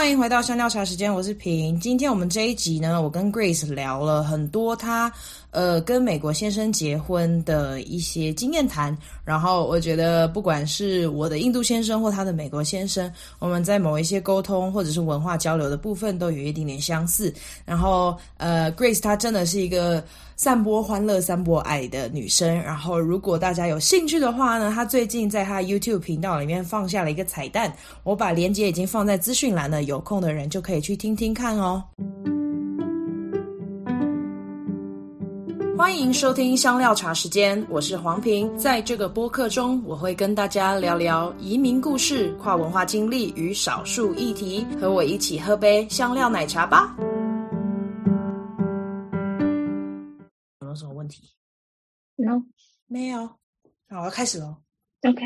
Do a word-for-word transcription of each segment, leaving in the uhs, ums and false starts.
欢迎回到香料茶时间，我是平。今天我们这一集呢，我跟 Grace 聊了很多她呃跟美国先生结婚的一些经验谈，然后我觉得不管是我的印度先生或他的美国先生，我们在某一些沟通或者是文化交流的部分都有一点点相似。然后呃 Grace 她真的是一个散播欢乐散播爱的女生，然后如果大家有兴趣的话呢，她最近在她 YouTube 频道里面放下了一个彩蛋，我把连结已经放在资讯栏了，有空的人就可以去听听看哦。欢迎收听香料茶时间，我是黄平。在这个播客中，我会跟大家聊聊移民故事、跨文化经历与少数议题，和我一起喝杯香料奶茶吧。有没有什么问题？ No， 没有。好，我要开始咯。 OK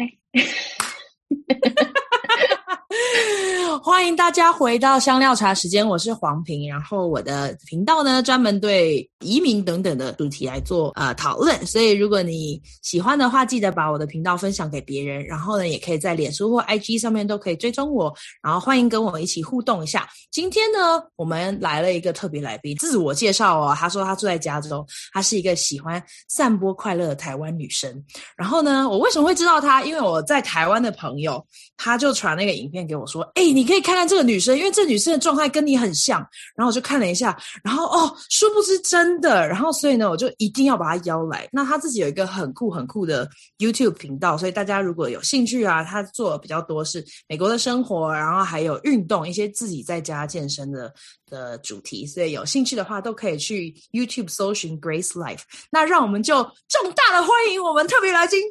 欢迎大家回到香料茶时间，我是黄平。然后我的频道呢，专门对移民等等的主题来做呃讨论，所以如果你喜欢的话，记得把我的频道分享给别人，然后呢也可以在脸书或 I G 上面都可以追踪我，然后欢迎跟我一起互动一下。今天呢我们来了一个特别来宾，自我介绍哦，她说她住在加州，她是一个喜欢散播快乐的台湾女生。然后呢我为什么会知道她，因为我在台湾的朋友他就传那个影片给我说，诶，你可以看看这个女生，因为这女生的状态跟你很像。然后我就看了一下，然后哦，殊不知真的，然后所以呢我就一定要把她邀来。那她自己有一个很酷很酷的 YouTube 频道，所以大家如果有兴趣啊，她做的比较多是美国的生活，然后还有运动，一些自己在家健身的的主题，所以有兴趣的话都可以去 YouTube 搜寻 Grace Life。 那让我们就重大的欢迎我们特别来宾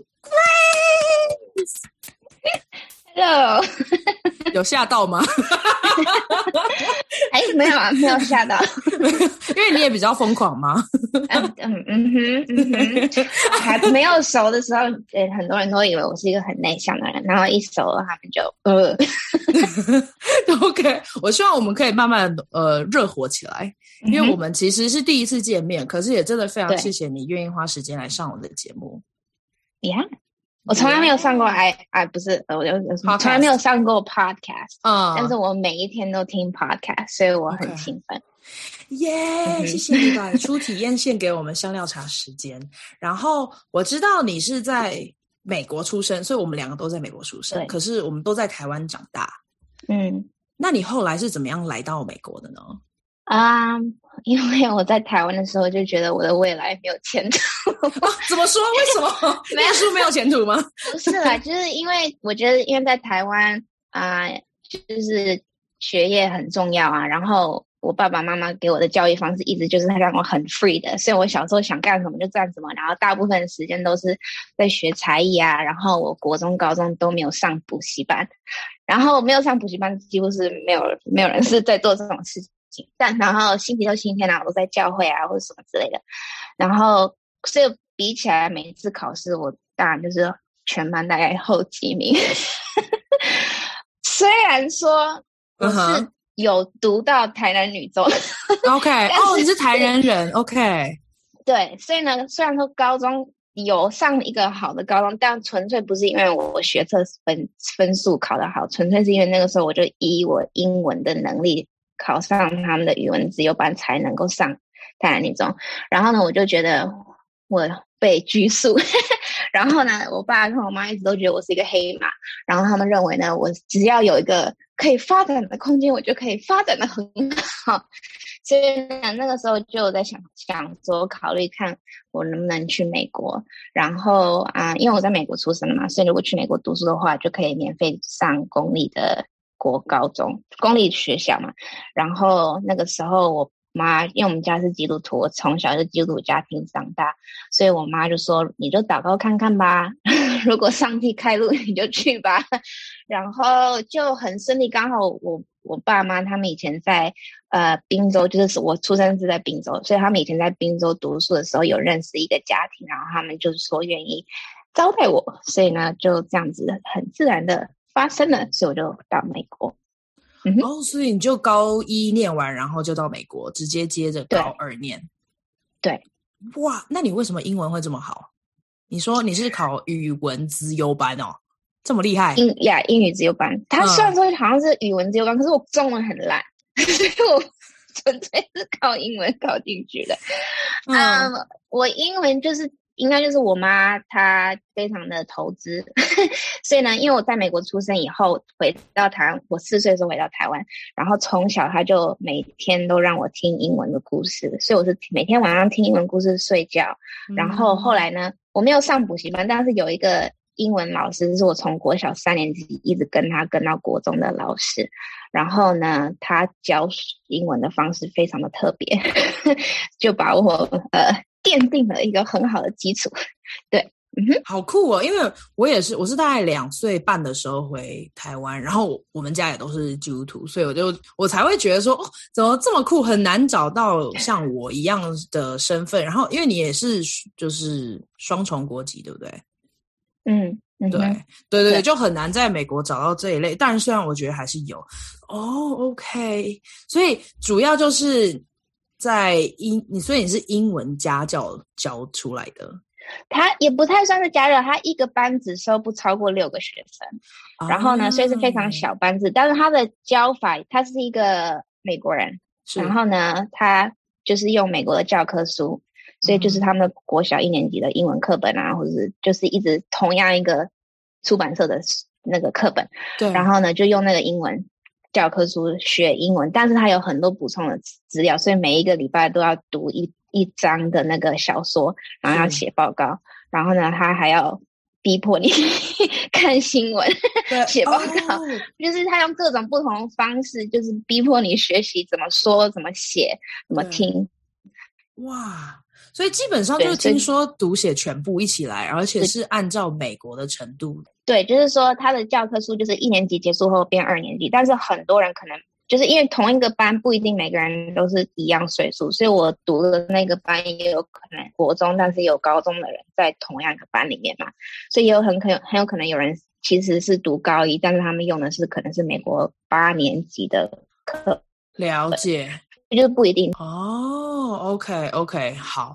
Hello 有吓到吗？ 哎，没有啊，没有吓到。 因为你也比较疯狂吗？ 嗯嗯嗯哼嗯哼，还没有熟的时候，呃，很多人都以为我是一个很内向的人，然后一熟了，他们就呃。 OK， 我希望我们可以慢慢呃热火起来，因为我们其实是第一次见面，可是也真的非常谢谢你愿意花时间来上我的节目。 Yeah。我从来没有上过 I I 不是我我从来没有上过 podcast， 嗯，但是我每一天都听 podcast， 所以我很兴奋。 耶、okay. 谢谢你把初体验献给我们香料茶时间。然后我知道你是在美国出生，所以我们两个都在美国出生，可是我们都在台湾长大。 嗯，那你后来是怎么样来到美国的呢？ 啊、um, 因为我在台湾的时候就觉得我的未来没有前途。 啊、怎么说？为什么？念书没有前途吗？ 不是啦，就是因为我觉得因为在台湾啊、呃，就是学业很重要啊，然后我爸爸妈妈给我的教育方式一直就是让我很 free 的，所以我小时候想干什么就干什么，然后大部分的时间都是在学才艺啊，然后我国中高中都没有上补习班，然后没有上补习班几乎是没有没有人是在做这种事情，但然后星期六星期天啊我在教会啊或者什么之类的，然后所以比起来每一次考试我当然就是全班大概后几名。虽然说我是有读到台南女中 OK 哦，你是台南人 OK 对，所以呢虽然说高中有上一个好的高中，但纯粹不是因为我学测分分数考得好，纯粹是因为那个时候我就以我英文的能力考上他们的语文自由班才能够上台南女中，然后呢我就觉得我被拘束然后呢我爸跟我妈一直都觉得我是一个黑马，然后他们认为呢我只要有一个可以发展的空间我就可以发展的很好，所以呢那个时候就在想想说考虑看我能不能去美国，然后啊、呃，因为我在美国出生的嘛，所以如果去美国读书的话就可以免费上公立的国高中公立学校嘛，然后那个时候我妈因为我们家是基督徒，我从小就基督徒家庭长大，所以我妈就说你就祷告看看吧如果上帝开路你就去吧然后就很顺利，刚好我我爸妈他们以前在呃宾州，就是我出生是在宾州，所以他们以前在宾州读书的时候有认识一个家庭，然后他们就是说愿意招待我，所以呢就这样子很自然的发生了，所以我就到美国。 嗯、哦，所以你就高一念完然后就到美国直接接着高二念。 对， 哇，那你为什么英文会这么好？你说你是考语文资优班哦？ 这么厉害？ 英呀，英语自由班。他虽然说好像是语文自由班，嗯、可是我中文很烂，所以我纯粹是靠英文考进去的。嗯， um, 我英文就是应该就是我妈她非常的投资，所以呢，因为我在美国出生以后回到台湾，我四岁的时候回到台湾，然后从小她就每天都让我听英文的故事，所以我是每天晚上听英文故事睡觉。然后后来呢，我没有上补习班，但是有一个英文老师是我从国小三年级一直跟他跟到国中的老师，然后呢，他教英文的方式非常的特别，就把我呃奠定了一个很好的基础。对，嗯哼， 好酷哦！因为我也是，我是大概两岁半的时候回台湾，然后我们家也都是基督徒，所以我就我才会觉得说，哦，怎么这么酷，很难找到像我一样的身份。然后，因为你也是就是双重国籍，对不对？ 嗯，嗯对对对，就很难在美国找到这一类。但是虽然我觉得还是有哦 ，OK， 所以主要就是在英，你所以你是英文家教教出来的。 他也不太算是家教，他一个班只收不超过六个学生，啊、然后呢，所以是非常小班制。但是他的教法，他是一个美国人，然后呢，他就是用美国的教科书。所以就是他们国小一年级的英文课本啊，或者是就是一直同样一个出版社的那个课本，对，然后呢就用那个英文教科书学英文，但是它有很多补充的资料，所以每一个礼拜都要读一一章的那个小说，然后要写报告，然后呢他还要逼迫你看新闻写报告、哦、就是他用各种不同的方式，就是逼迫你学习怎么说怎么写怎么听。 哇，所以基本上就是听说读写全部一起来，而且是按照美国的程度。 对，就是说他的教科书就是一年级结束后变二年级，但是很多人可能就是因为同一个班不一定每个人都是一样岁数，所以我读的那个班也有可能国中，但是也有高中的人在同样一个班里面嘛，所以也有很可能很有可能有人其实是读高一，但是他们用的是可能是美国八年级的课。 了解， 就是不一定哦。OK OK， 好。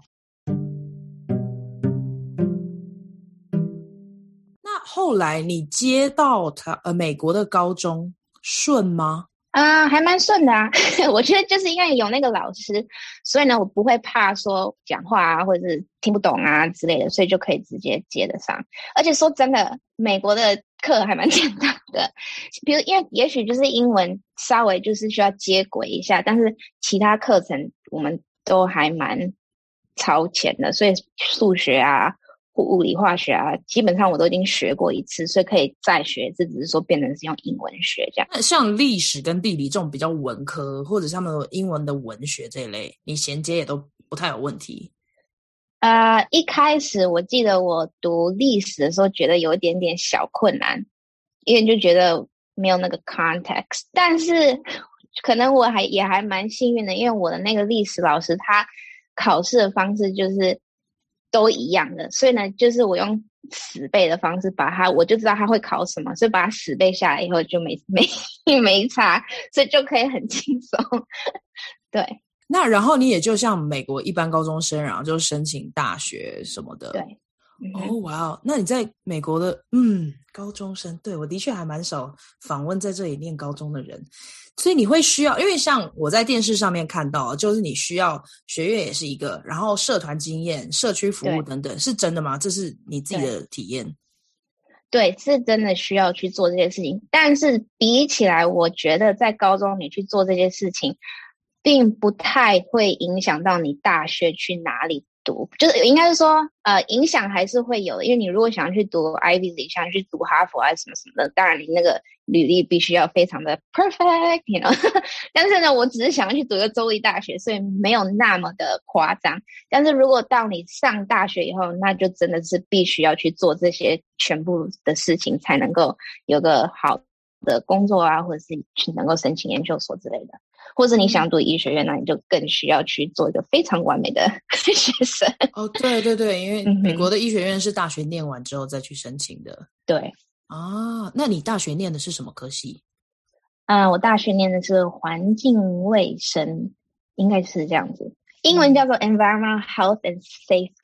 那后来你接到他呃美国的高中顺吗？ 啊、呃，还蛮顺的啊。我觉得就是因为有那个老师，所以呢，我不会怕说讲话啊，或者是听不懂啊之类的，所以就可以直接接得上。而且说真的，美国的课还蛮简单的，比如因为也许就是英文稍微就是需要接轨一下，但是其他课程我们都还蛮超前的，所以数学啊、物理、化学啊，基本上我都已经学过一次，所以可以再学一次，只是说变成是用英文学这样。 那像历史跟地理这种比较文科，或者是他们英文的文学这一类，你衔接也都不太有问题。 呃，一开始我记得我读历史的时候，觉得有一点点小困难，因为就觉得没有那个 context。但是可能我还也还蛮幸运的，因为我的那个历史老师他考试的方式就是都一样的，所以呢，就是我用死背的方式把它，我就知道他会考什么，所以把它死背下来以后就没没没差，所以就可以很轻松。对。 那然后你也就像美国一般高中生，然后就申请大学什么的。 对。 哦，哇哦！那你在美国的嗯高中生，对，我的确还蛮少访问在这里念高中的人，所以你会需要，因为像我在电视上面看到，就是你需要学业也是一个，然后社团经验、社区服务等等，是真的吗？这是你自己的体验？ 对，是真的需要去做这些事情，但是比起来，我觉得在高中你去做这些事情，并不太会影响到你大学去哪里读，就是应该是说，呃，影响还是会有的。因为你如果想要去读 Ivy League， 想要去读哈佛啊什么什么的，当然你那个履历必须要非常的 perfect，you know 但是呢，我只是想要去读个州立大学，所以没有那么的夸张。但是如果到你上大学以后，那就真的是必须要去做这些全部的事情，才能够有个好的工作啊，或者是去能够申请研究所之类的。或者你想读医学院，那你就更需要去做一个非常完美的学生。 哦，对对对，因为美国的医学院是大学念完之后再去申请的。 对啊，那你大学念的是什么科系？ 啊、呃，我大学念的是环境卫生，应该是这样子。英文叫做 Environmental Health and Safety，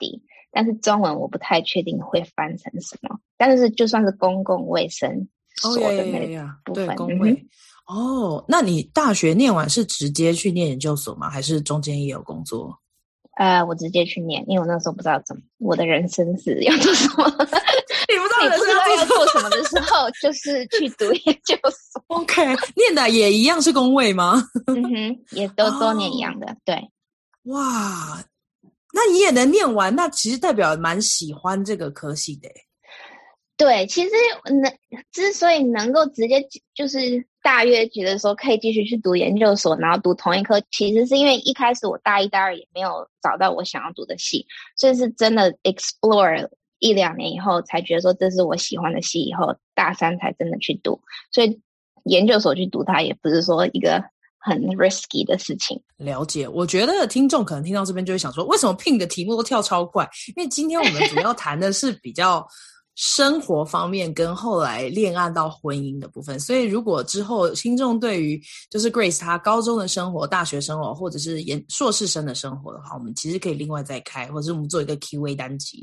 但是中文我不太确定会翻成什么。但是就算是公共卫生所的那个部分， 对，公卫。嗯哦，那你大学念完是直接去念研究所吗？还是中间也有工作？ 呃，我直接去念，因为我那时候不知道怎么，我的人生是要做什么。 你不知道人生要做什么的时候，就是去读研究所。 OK， 念的也一样是公卫吗？ 嗯哼，也都都念一样的，哦、对。 哇，那你也能念完，那其实代表蛮喜欢这个科系的。 对，其实能之所以能够直接就是大约觉得说可以继续去读研究所，然后读同一科，其实是因为一开始我大一大二也没有找到我想要读的系，所以是真的 explore 一两年以后才觉得说这是我喜欢的系，以后大三才真的去读，所以研究所去读它也不是说一个很 risky 的事情。 了解，我觉得听众可能听到这边就会想说，为什么 Ping 的题目都跳超快？因为今天我们主要谈的是比较生活方面跟后来恋爱到婚姻的部分，所以如果之后听众对于就是 Grace 她高中的生活、大学生活或者是研硕士生的生活的话，我们其实可以另外再开，或者是我们做一个 Q A 单集。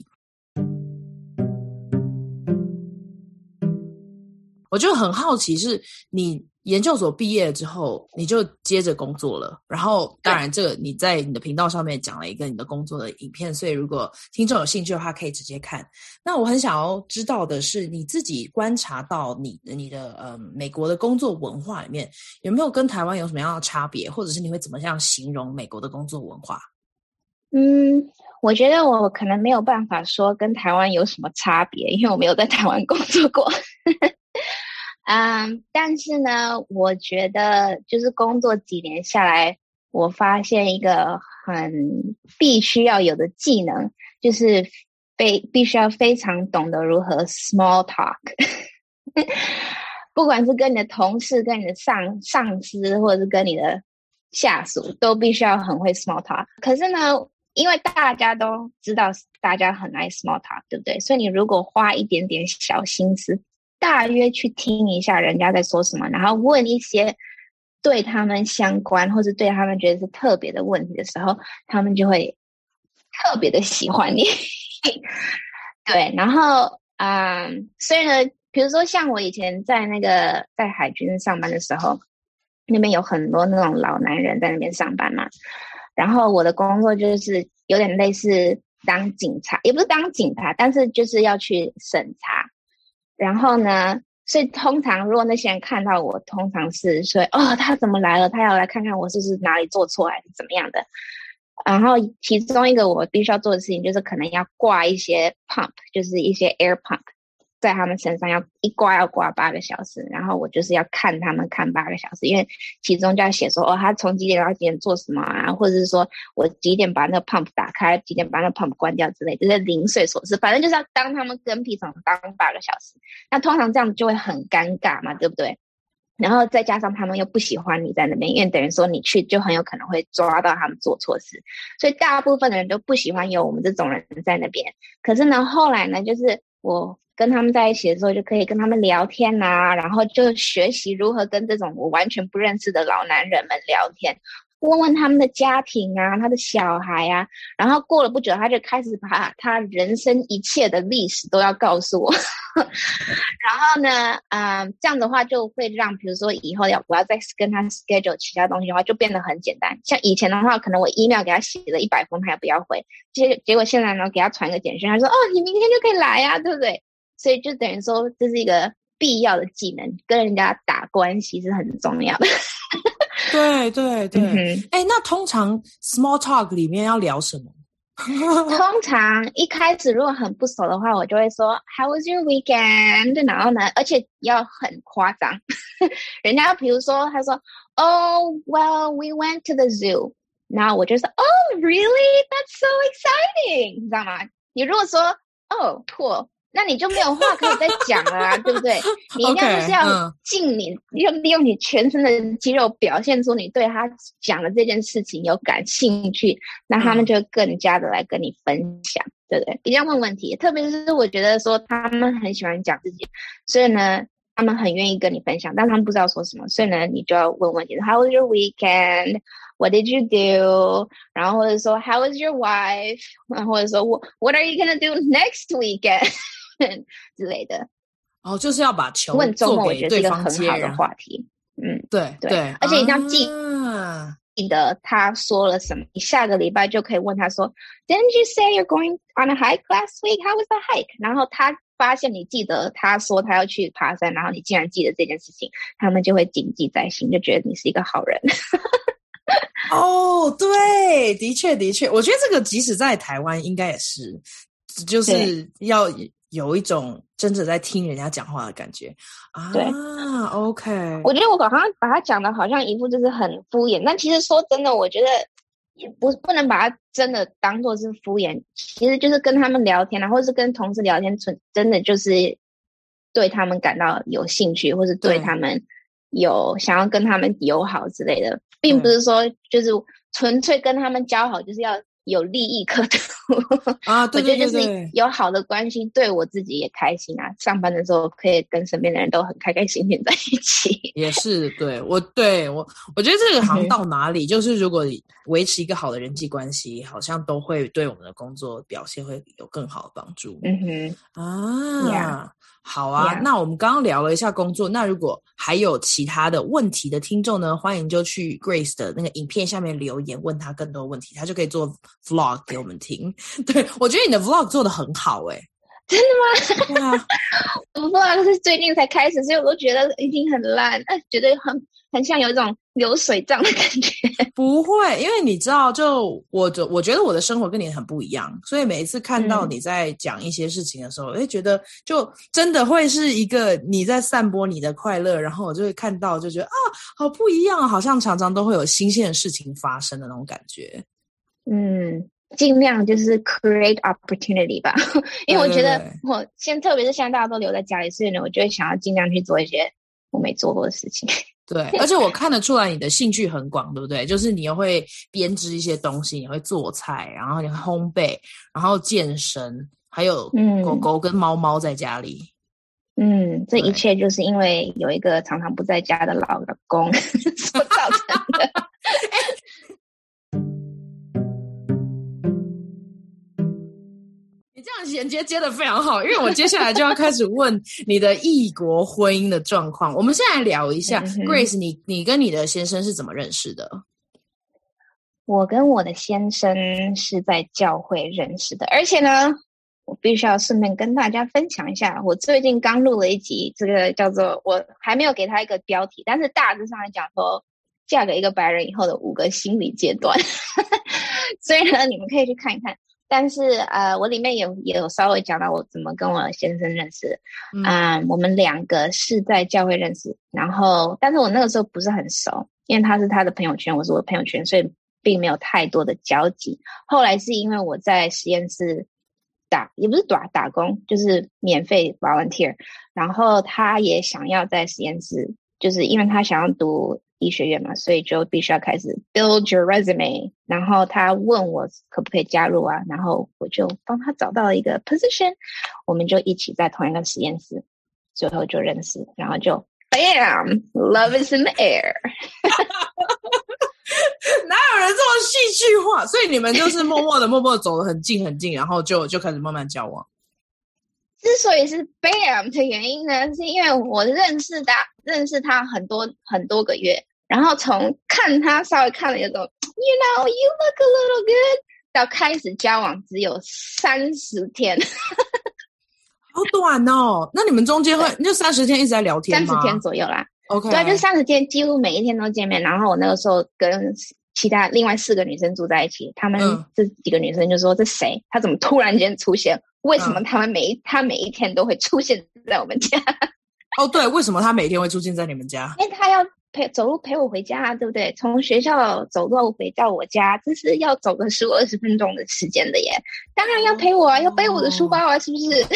我就很好奇，是你研究所毕业了之后，你就接着工作了。然后，当然，这个你在你的频道上面讲了一个你的工作的影片，所以如果听众有兴趣的话，可以直接看。那我很想要知道的是，你自己观察到你的你的呃美国的工作文化里面，有没有跟台湾有什么样的差别，或者是你会怎么样形容美国的工作文化？ 嗯，我觉得我可能没有办法说跟台湾有什么差别，因为我没有在台湾工作过。嗯，但是呢，我觉得就是工作几年下来，我发现一个很必须要有的技能，就是非必须要非常懂得如何 small talk。不管是跟你的同事、跟你的上上司，或者是跟你的下属，都必须要很会 small talk。可是呢，因为大家都知道大家很爱 small talk， 对不对？所以你如果花一点点小心思，大约去听一下人家在说什么，然后问一些对他们相关或是对他们觉得是特别的问题的时候，他们就会特别的喜欢你。对，然后嗯，所以呢，比如说像我以前在那个在海军上班的时候，那边有很多那种老男人在那边上班嘛，然后我的工作就是有点类似当警察，也不是当警察，但是就是要去审查。然后呢，所以通常如果那些人看到我，通常是说哦，他怎么来了，他要来看看我是不是哪里做错还是怎么样的。然后其中一个我必须要做的事情就是可能要挂一些 pump， 就是一些 air pump 在他们身上，要一挂要挂八个小时，然后我就是要看他们看八个小时，因为其中就要写说哦，他从几点到几点做什么啊，或者是说我几点把那个 pump 打开，几点把那个 pump 关掉之类，这些零碎琐事，反正就是要当他们跟屁虫当八个小时。那通常这样就会很尴尬嘛，对不对？然后再加上他们又不喜欢你在那边，因为等于说你去就很有可能会抓到他们做错事，所以大部分的人都不喜欢有我们这种人在那边。可是呢，后来呢，就是我跟他们在一起的时候，就可以跟他们聊天啊，然后就学习如何跟这种我完全不认识的老男人们聊天，问问他们的家庭啊，他的小孩啊，然后过了不久，他就开始把他人生一切的历史都要告诉我。然后呢，嗯，这样的话就会让，比如说以后要我要再跟他 schedule 其他东西的话，就变得很简单。像以前的话，可能我 email 给他写了一百封，他也不要回，结结果现在呢，给他传个简讯，他说哦，你明天就可以来啊，对不对？所以就等于说这是一个必要的技能，跟人家打关系是很重要的。 对对对，哎、嗯，那通常 small talk 里面要聊什么？ 通常一开始如果很不熟的话，我就会说 How was your weekend？ 然后呢，而且要很夸张。人家比如说他说 Oh, well, we went to the zoo。 然后我就说 Oh, really? That's so exciting。 你知道吗？你如果说 Oh, cool，那你就没有话可以再讲了啊，对不对？你一定要就是要尽你用利用你全身的肌肉表现出你对他讲的这件事情有感兴趣，那他们就更加的来跟你分享，对不对？一定要问问题，特别是我觉得说他们很喜欢讲自己，所以呢他们很愿意跟你分享，但是他们不知道说什么，所以呢，你就要问问题 ，How was your weekend? What did you do? 然后或者说 How was your wife? 或者说 What are you gonna do next weekend? 之类的。 哦，就是要把球问周末， 做我觉得是一个给对方接， 很好的话题。嗯， 对对， 对， 而且一定要记啊记得他说了什么，你下个礼拜就可以问他说 ，Didn't you say you're going on a hike last week? How was the hike? 然后他发现你记得他说他要去爬山，然后你竟然记得这件事情，他们就会谨记在心，就觉得你是一个好人。 哦，对，的确的确，我觉得这个即使在台湾应该也是，就是要有一种真的在听人家讲话的感觉啊。 对 ，OK， 我觉得我好像把他讲的好像一副就是很敷衍，但其实说真的，我觉得也不不能把它真的当作是敷衍，其实就是跟他们聊天啊，或是跟同事聊天，真的就是对他们感到有兴趣，或是对他们有想要跟他们友好之类的，并不是说就是纯粹跟他们交好，就是要有利益可图啊。对对对对， 我觉得就是有好的关系，对我自己也开心啊。上班的时候可以跟身边的人都很开开心心在一起。 也是，对我对我我觉得这个好像到哪里，嗯、就是如果维持一个好的人际关系，好像都会对我们的工作表现会有更好的帮助。 嗯哼， 啊。 Yeah. 好啊， yeah. 那我们刚刚聊了一下工作，那如果还有其他的问题的听众呢，欢迎就去 Grace 的那个影片下面留言，问他更多问题，他就可以做 vlog 给我们听。对，我觉得你的 vlog 做得很好欸。 真的吗？ 对啊， 我 vlog 是最近才开始，所以我都觉得已经很烂，呃，觉得很很像有一种流水账的感觉。 不会，因为你知道，就我就我觉得我的生活跟你很不一样，所以每一次看到你在讲一些事情的时候，我、嗯、会觉得就真的会是一个你在散播你的快乐，然后我就会看到就觉得啊，好不一样，好像常常都会有新鲜的事情发生的那种感觉。 嗯。尽量就是 create opportunity 吧，因为我觉得我现特别是现在大家都留在家里，所以呢，我就会想要尽量去做一些我没做过的事情。 对，而且我看得出来你的兴趣很广，对不对？就是你又会编织一些东西，你会做菜，然后你会烘焙，然后健身，还有狗狗跟猫猫在家里。 嗯，这一切就是因为有一个常常不在家的老公所造成的。 你这样衔接接得非常好，因为我接下来就要开始问你的异国婚姻的状况。我们先来聊一下、嗯、Grace， 你你跟你的先生是怎么认识的？ 我跟我的先生是在教会认识的，而且呢，我必须要顺便跟大家分享一下，我最近刚录了一集，这个叫做我还没有给他一个标题，但是大致上来讲说，嫁给一个白人以后的五个心理阶段。所以呢，你们可以去看一看。但是呃，我里面也也有稍微讲到我怎么跟我先生认识。嗯、呃，我们两个是在教会认识，然后但是我那个时候不是很熟，因为他是他的朋友圈，我是我的朋友圈，所以并没有太多的交集。后来是因为我在实验室打，也不是打打工，就是免费 volunteer， 然后他也想要在实验室，就是因为他想要读医学院嘛，所以就必须要开始 build your resume， 然后他问我可不可以加入啊，然后我就帮他找到了一个 position， 我们就一起在同一个实验室，最后就认识，然后就 bam love is in the air。 哪有人这么戏剧化？所以你们就是默默的默默的走得很近很近，然后就就开始慢慢交往。 之所以是 bam 的原因呢，是因为我认识他认识他很多很多个月，然后从看他稍微看了有种 you know you look a little good 到开始交往只有三十天。 好短哦。那你们中间会就三十天一直在聊天吗？ 三十天左右啦。 OK， 对啊，就三十天几乎每一天都见面。然后我那个时候跟其他另外四个女生住在一起，他们这几个女生就说、嗯、这谁？他怎么突然间出现？为什么他们每一、嗯、他每一天都会出现在我们家？ 哦，对，为什么他每天会出现在你们家？ 因为他要陪走路陪我回家啊，对不对？从学校走路回到我家，这是要走个十五二十分钟的时间的耶。当然要陪我啊，要背我的书包啊，是不是？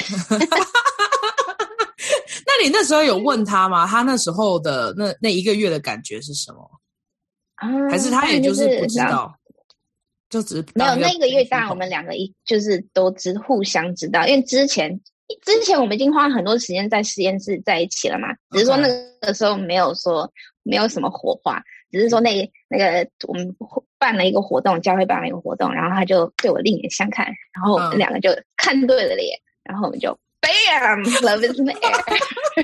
那你那时候有问他吗？他那时候的那那一个月的感觉是什么？啊、还是他也就是不知道？就只是没有那一个月，当然我们两个一就是都知互相知道，因为之前之前我们已经花很多时间在实验室在一起了嘛，只是说那个时候没有说没有什么火花，只是说那那个我们办了一个活动，教会办了一个活动，然后他就对我另眼相看，然后我们两个就看对了脸，然后我们就 bam love is in the air。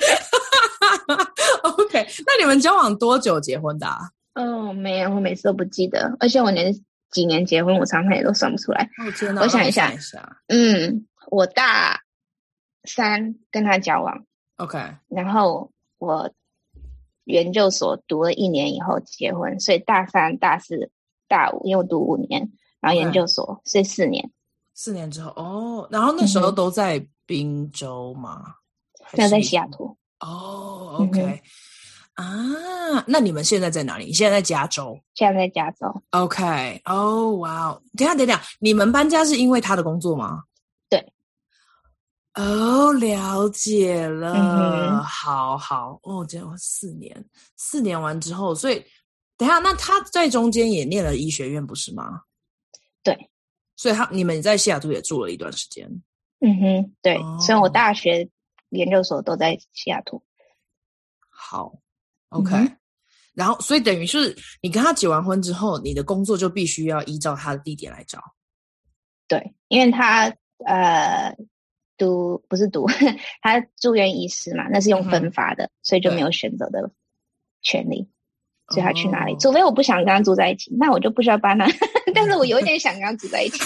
OK， 那你们交往多久结婚的啊？ 哦，没有，我每次都不记得，而且我连几年结婚我常常也都算不出来。 哦天哪， 我想一下， 一下嗯，我大三跟他交往 OK， 然后我研究所读了一年以后结婚，所以大三大四大五因为我读五年，然后研究所、okay. 所以四年四年之后哦，然后那时候都在宾州吗？ 那、嗯、在西雅图。 哦 OK、嗯、啊，那你们现在在哪里？你现在在加州？ 现在在加州。 OK， 哦哇，等一下等一下，你们搬家是因为他的工作吗？ 对。 哦，了解了、 嗯、 好好哦，结婚四年，四年完之后，所以等一下，那他在中间也念了医学院不是吗？ 对， 所以他你们在西雅图也住了一段时间。 嗯哼，对、哦、所以我大学研究所都在西雅图。 好 OK、嗯、然后所以等于是你跟他结完婚之后，你的工作就必须要依照他的地点来找。 对，因为他呃读不是读他住院医师嘛，那是用分发的、嗯、所以就没有选择的权利，所以他去哪里、哦、除非我不想跟他住在一起，那我就不需要搬他但是我有点想跟他住在一起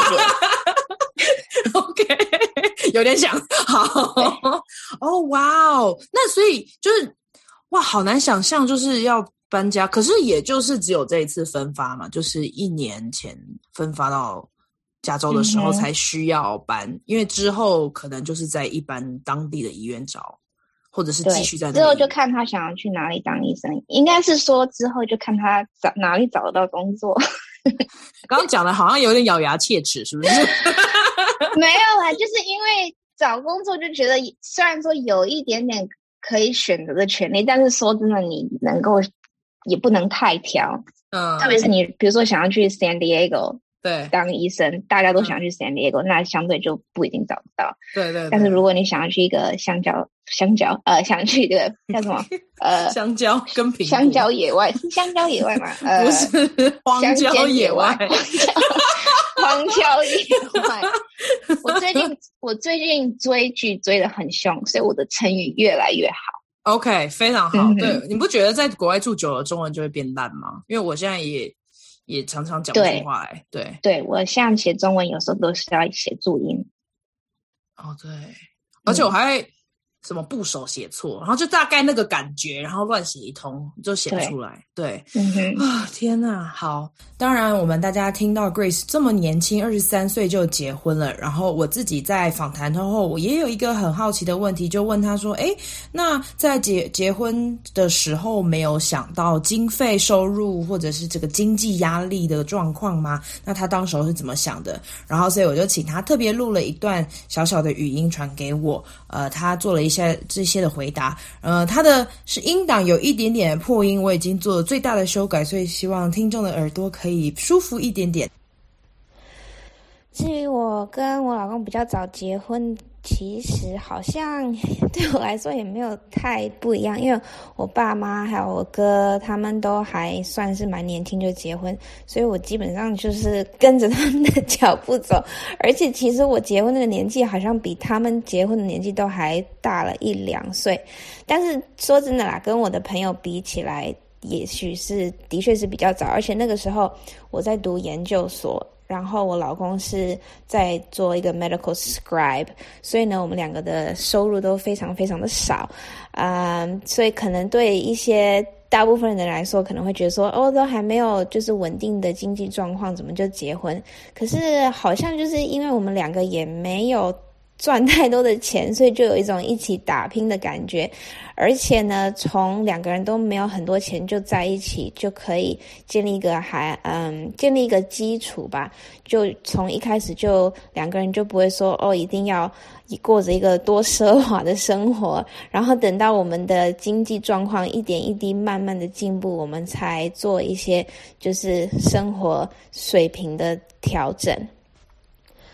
OK， 有点想。好哦，哇哦，那所以就是哇，好难想象就是要搬家，可是也就是只有这一次分发嘛，就是一年前分发到加州的时候才需要搬、嗯、因为之后可能就是在一般当地的医院找，或者是继续在那里。之后就看他想要去哪里当医生，应该是说之后就看他找哪里找得到工作。 刚刚讲的好像有点咬牙切齿，是不是？ 没有啦，就是因为找工作就觉得虽然说有一点点可以选择的权利，但是说真的你能够也不能太挑。嗯，特别是你比如说想要去 San Diego 对当医生，大家都想去 San Diego、嗯、那相对就不一定找不到。对 对, 对。但是如果你想要去一个香蕉香蕉呃想去这个叫什么呃香蕉跟苹果香蕉野外是香蕉野外吗？呃不是荒郊野外荒郊野外。我最近我最近追剧追得很凶，所以我的成语越来越好。 OK， 非常好。嗯、对，你不觉得在国外住久了中文就会变烂吗？因为我现在也也常常讲不出话来。对 对, 对，我现在写中文有时候都是要写注音。 哦，对，而且我还会什么部首写错，然后就大概那个感觉，然后乱写一通就写不出来。对，对嗯哼啊，天哪！好，当然我们大家听到 Grace 这么年轻，二十三岁就结婚了，然后我自己在访谈后，我也有一个很好奇的问题，就问他说：“哎，那在结结婚的时候，没有想到经费收入或者是这个经济压力的状况吗？那他当时是怎么想的？”然后，所以我就请他特别录了一段小小的语音传给我，呃，他做了一些这些的回答，呃，他的是音档有一点点破音，我已经做了最大的修改，所以希望听众的耳朵可以舒服一点点。 至于我跟我老公比较早结婚，其实好像对我来说也没有太不一样，因为我爸妈还有我哥他们都还算是蛮年轻就结婚，所以我基本上就是跟着他们的脚步走，而且其实我结婚那个年纪好像比他们结婚的年纪都还大了一两岁，但是说真的啦，跟我的朋友比起来也许是的确是比较早，而且那个时候我在读研究所，然后我老公是在做一个 medical scribe， 所以呢我们两个的收入都非常非常的少，嗯，所以可能对一些大部分人来说可能会觉得说，哦，都还没有就是稳定的经济状况怎么就结婚，可是好像就是因为我们两个也没有赚太多的钱，所以就有一种一起打拼的感觉，而且呢从两个人都没有很多钱就在一起，就可以建立一个还嗯建立一个基础吧，就从一开始就两个人就不会说哦一定要过着一个多奢华的生活，然后等到我们的经济状况一点一滴慢慢的进步，我们才做一些就是生活水平的调整。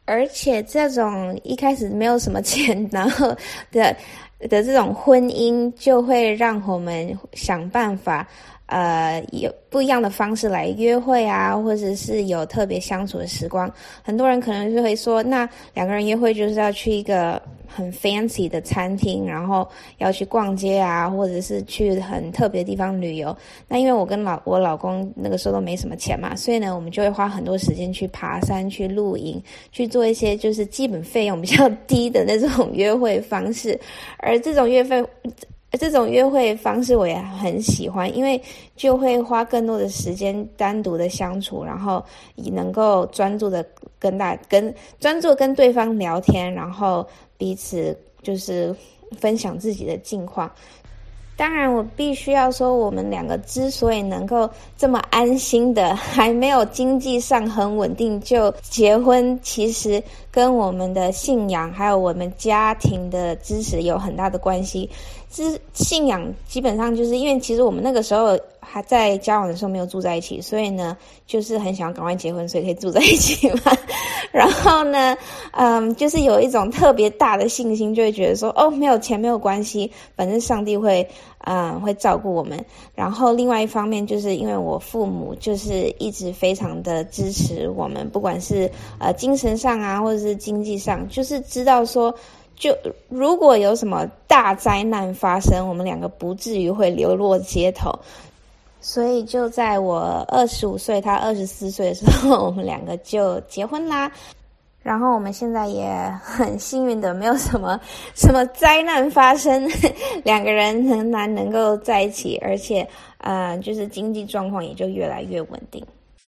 而且这种一开始没有什么钱，然后的的这种婚姻，就会让我们想办法，呃，有不一样的方式来约会啊，或者是有特别相处的时光。很多人可能就会说，那两个人约会就是要去一个很 fancy 的餐厅，然后要去逛街啊，或者是去很特别的地方旅游。那因为我跟老我老公那个时候都没什么钱嘛，所以呢，我们就会花很多时间去爬山、去露营、去做一些就是基本费用比较低的那种约会方式。而这种约会这种约会方式我也很喜欢，因为就会花更多的时间单独的相处，然后也能够专注的跟大跟专注跟对方聊天，然后彼此就是分享自己的近况。当然我必须要说，我们两个之所以能够这么安心的还没有经济上很稳定就结婚，其实跟我们的信仰还有我们家庭的支持有很大的关系。是信仰基本上就是因为其实我们那个时候还在交往的时候没有住在一起，所以呢就是很想要赶快结婚，所以可以住在一起嘛。然后呢嗯，就是有一种特别大的信心，就会觉得说哦，没有钱没有关系，反正上帝会嗯会照顾我们。然后另外一方面就是因为我父母就是一直非常的支持我们，不管是呃精神上啊或者是经济上，就是知道说就如果有什么大灾难发生，我们两个不至于会流落街头。所以就在我二十五岁他二十四岁的时候，我们两个就结婚啦。然后我们现在也很幸运的没有什么什么灾难发生，两个人仍然能够在一起，而且呃就是经济状况也就越来越稳定。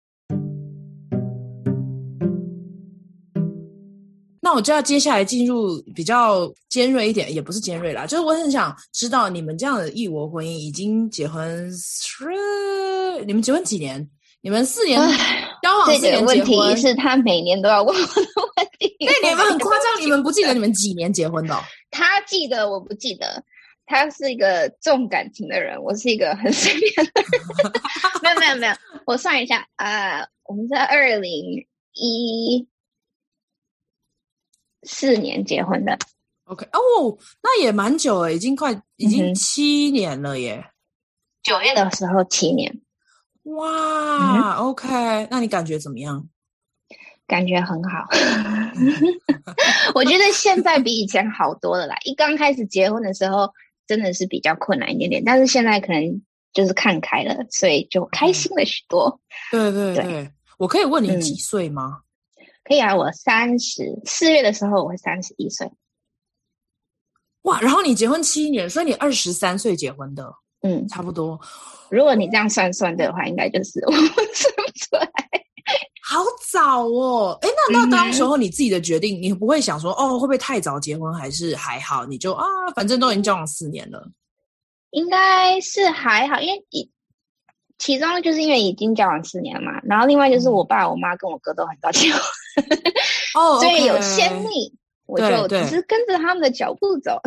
那我就要接下来进入比较尖锐一点，也不是尖锐啦，就是我很想知道你们这样的异国婚姻已经结婚，你们结婚几年？你们四年交往四年结婚？ 这个问题是他每年都要问我的问题。 那你们很夸张，你们不记得你们几年结婚的、哦？ 他记得，我不记得。他是一个重感情的人，我是一个很随便的人。没有没有没有，我算一下，呃，我们在二零一四年结婚的。 OK， 哦，那也蛮久了，已经快已经七年了耶。 九、嗯、月的时候七年。 哇、嗯、，OK， 那你感觉怎么样？ 感觉很好。我觉得现在比以前好多了啦。一刚开始结婚的时候真的是比较困难一点点，但是现在可能就是看开了，所以就开心了许多。 对对 对, 对，我可以问你几岁吗？ 嗯、可以啊，我三十四月的时候我会三十一岁。 哇，然后你结婚七年，所以你二十三岁结婚的。嗯，差不多。 如果你这样算算的话，应该就是我算不出来。 好早哦！哎，那那当时候你自己的决定，嗯、你不会想说哦，会不会太早结婚，还是还好？你就啊，反正都已经交往四年了。 应该是还好，因为其中就是因为已经交往四年了嘛，然后另外就是我爸、我妈跟我哥都很早结婚， 哦， 所以有先例，我就只是跟着他们的脚步走。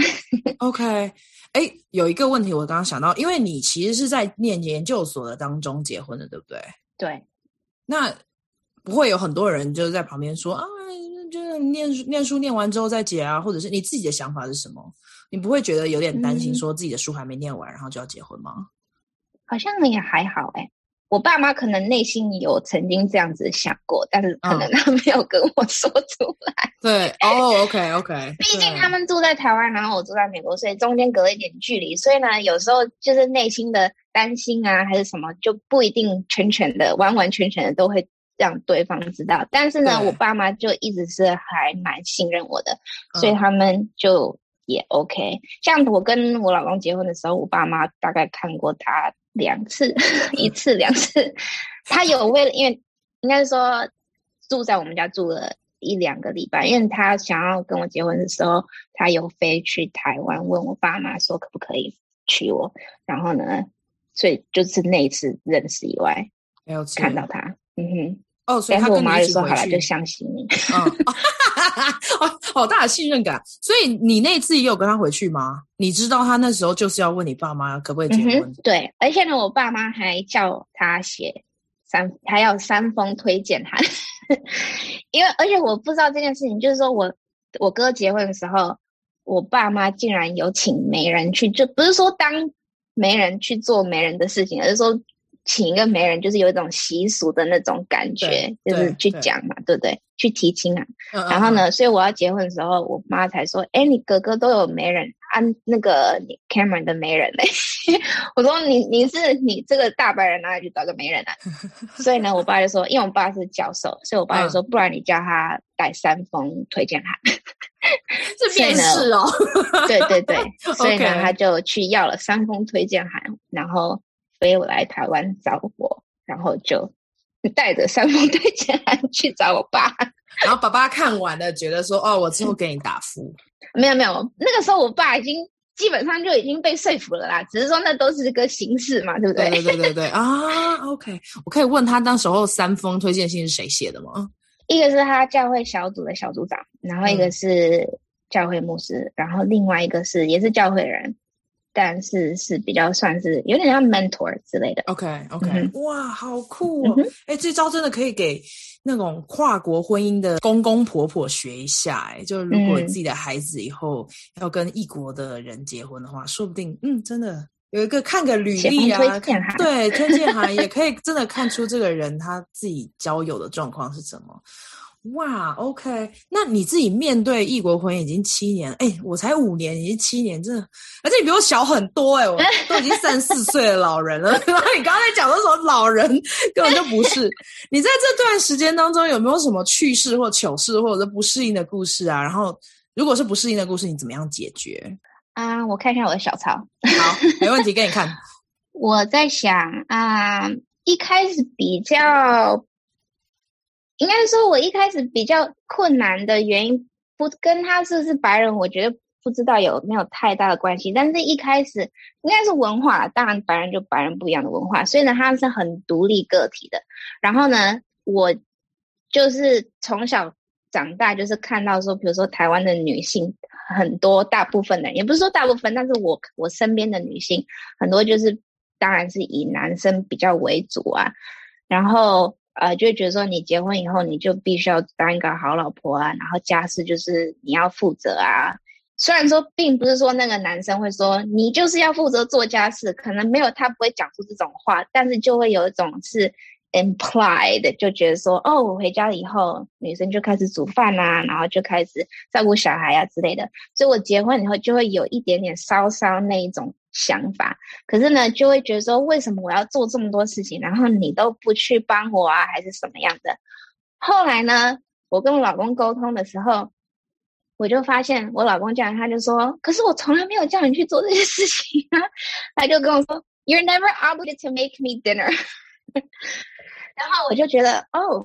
OK。哎，有一个问题我刚刚想到，因为你其实是在念研究所的当中结婚的，对不对？ 对。 那不会有很多人就是在旁边说啊，就是念书念书念完之后再结啊，或者是你自己的想法是什么？你不会觉得有点担心说自己的书还没念完，嗯、然后就要结婚吗？ 好像也还好哎、欸。我爸妈可能内心有曾经这样子想过，但是可能他没有跟我说出来。 对，哦 ，OK OK。 毕竟他们住在台湾，然后我住在美国，所以中间隔了一点距离，所以呢，有时候就是内心的担心啊，还是什么，就不一定全全的、完完全全的都会让对方知道。但是呢，我爸妈就一直是还蛮信任我的，所以他们就也 OK。像我跟我老公结婚的时候，我爸妈大概看过他两次，一次两次。他有为了，因为应该是说住在我们家住了一两个礼拜，因为他想要跟我结婚的时候，他有飞去台湾问我爸妈说可不可以娶我，然后呢，所以就是那一次认识以外，看到他，嗯哼。 哦，所以他跟你一起回去， 但是我妈就说好了，就相信你。 嗯，哦，好大的信任感。所以你那次也有跟他回去吗？你知道他那时候就是要问你爸妈可不可以结婚？ 嗯、对，而且呢，我爸妈还叫他写三，还要三封推荐函。 因为而且我不知道这件事情，就是说我我哥结婚的时候，我爸妈竟然有请媒人去，就不是说当媒人去做媒人的事情，而是说请一个媒人，就是有一种习俗的那种感觉，就是去讲嘛， 对, 对不对？去提亲啊。嗯、然后呢，所以我要结婚的时候，我妈才说：“哎，你哥哥都有媒人，按、啊、那个你 Cameron 的媒人嘞。”我说：“你你是你这个大白人哪里去找个媒人啊？”所以呢，我爸就说：“因为我爸是教授，所以我爸就说，嗯、不然你叫他带三封推荐函。” 是面试哦。 对对对，所以呢， okay. 他就去要了三封推荐函，然后飞来台湾找我，然后就带着三封推荐函去找我爸。 然后爸爸看完了，觉得说：“哦，我之后给你打夫。” 没有没有，那个时候我爸已经基本上就已经被说服了啦，只是说那都是个形式嘛，对不对？ 对对对对对啊 ，OK， 我可以问他当时候三封推荐信是谁写的吗？ 一个是他教会小组的小组长，然后一个是教会牧师，嗯、然后另外一个是也是教会人。但是是比较算是有点像 mentor 之类的。 OK OK，嗯、哇，好酷哦！哎、嗯，这招真的可以给那种跨国婚姻的公公婆婆学一下。哎，就如果自己的孩子以后要跟异国的人结婚的话，嗯、说不定嗯，真的有一个看个履历啊， 推荐函对，推荐函也可以真的看出这个人他自己交友的状况是什么。哇 ，OK， 那你自己面对异国婚姻已经七年，哎，我才五年，已经七年，真的，而且你比我小很多，哎，我都已经三十四岁的老人了。然后你刚才讲的什么老人，根本就不是。你在这段时间当中有没有什么趣事或糗事，或者是不适应的故事啊？然后，如果是不适应的故事，你怎么样解决？ 啊，我看一下我的小抄。 好，没问题，给你看。 我在想啊，一开始比较。应该说我一开始比较困难的原因不跟他是不是白人我觉得不知道有没有太大的关系，但是一开始应该是文化，当然白人就白人不一样的文化，所以呢他是很独立个体的。然后呢我就是从小长大就是看到说比如说台湾的女性很多，大部分的人也不是说大部分，但是我我身边的女性很多就是当然是以男生比较为主啊，然后呃，就会觉得说你结婚以后你就必须要当一个好老婆啊，然后家事就是你要负责啊。虽然说并不是说那个男生会说你就是要负责做家事，可能没有，他不会讲出这种话，但是就会有一种是 implied， 就觉得说哦，我回家了以后女生就开始煮饭啊，然后就开始照顾小孩啊之类的，所以我结婚以后就会有一点点稍稍那一种想法，可是呢就会觉得说为什么我要做这么多事情，然后你都不去帮我啊，还是什么样的。后来呢我跟我老公沟通的时候，我就发现我老公这样，他就说可是我从来没有叫你去做这些事情啊，他就跟我说 You're never obligated to make me dinner 然后我就觉得哦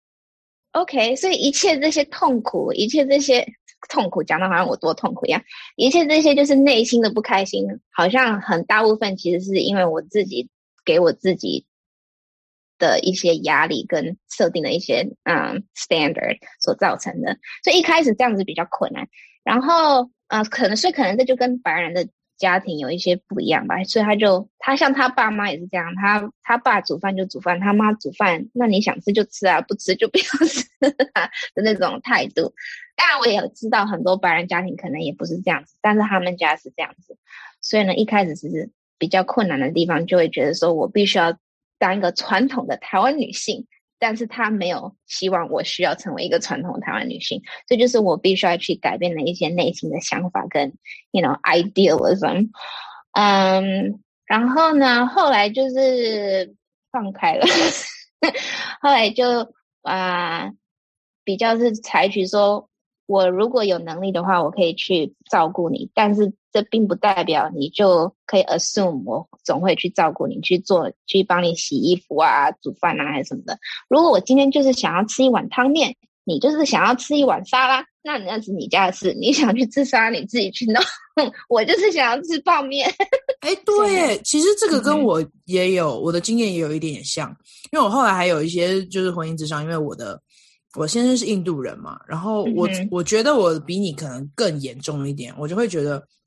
OK， 所以一切这些痛苦，一切这些痛苦讲到好像我多痛苦一样，一切这些就是内心的不开心，好像很大部分其实是因为我自己给我自己的一些压力跟设定的一些嗯 standard 所造成的，所以一开始这样子比较困难。然后呃，可能所以可能这就跟白人的家庭有一些不一样吧，所以他就他像他爸妈也是这样，他他爸煮饭就煮饭，他妈煮饭那你想吃就吃啊，不吃就不要吃啊的那种态度。当然我也有知道很多白人家庭可能也不是这样子，但是他们家是这样子，所以呢一开始是比较困难的地方，就会觉得说我必须要当一个传统的台湾女性，但是他没有希望我需要成为一个传统的台湾女性，这就是我必须要去改变的一些内心的想法跟 you know idealism。 嗯，然后呢后来就是放开了后来就啊、呃、比较是采取说我如果有能力的话我可以去照顾你，但是这并不代表你就可以 assume 我总会去照顾你，去做去帮你洗衣服啊煮饭啊还是什么的。如果我今天就是想要吃一碗汤面，你就是想要吃一碗沙拉，那那是你家的事，你想去吃沙拉你自己去弄我就是想要吃泡面哎、欸，对，其实这个跟我也有、嗯、我的经验也有一点点像，因为我后来还有一些就是婚姻之上，因为我的我先生是印度人嘛，然后我、嗯、我觉得我比你可能更严重一点，我就会觉得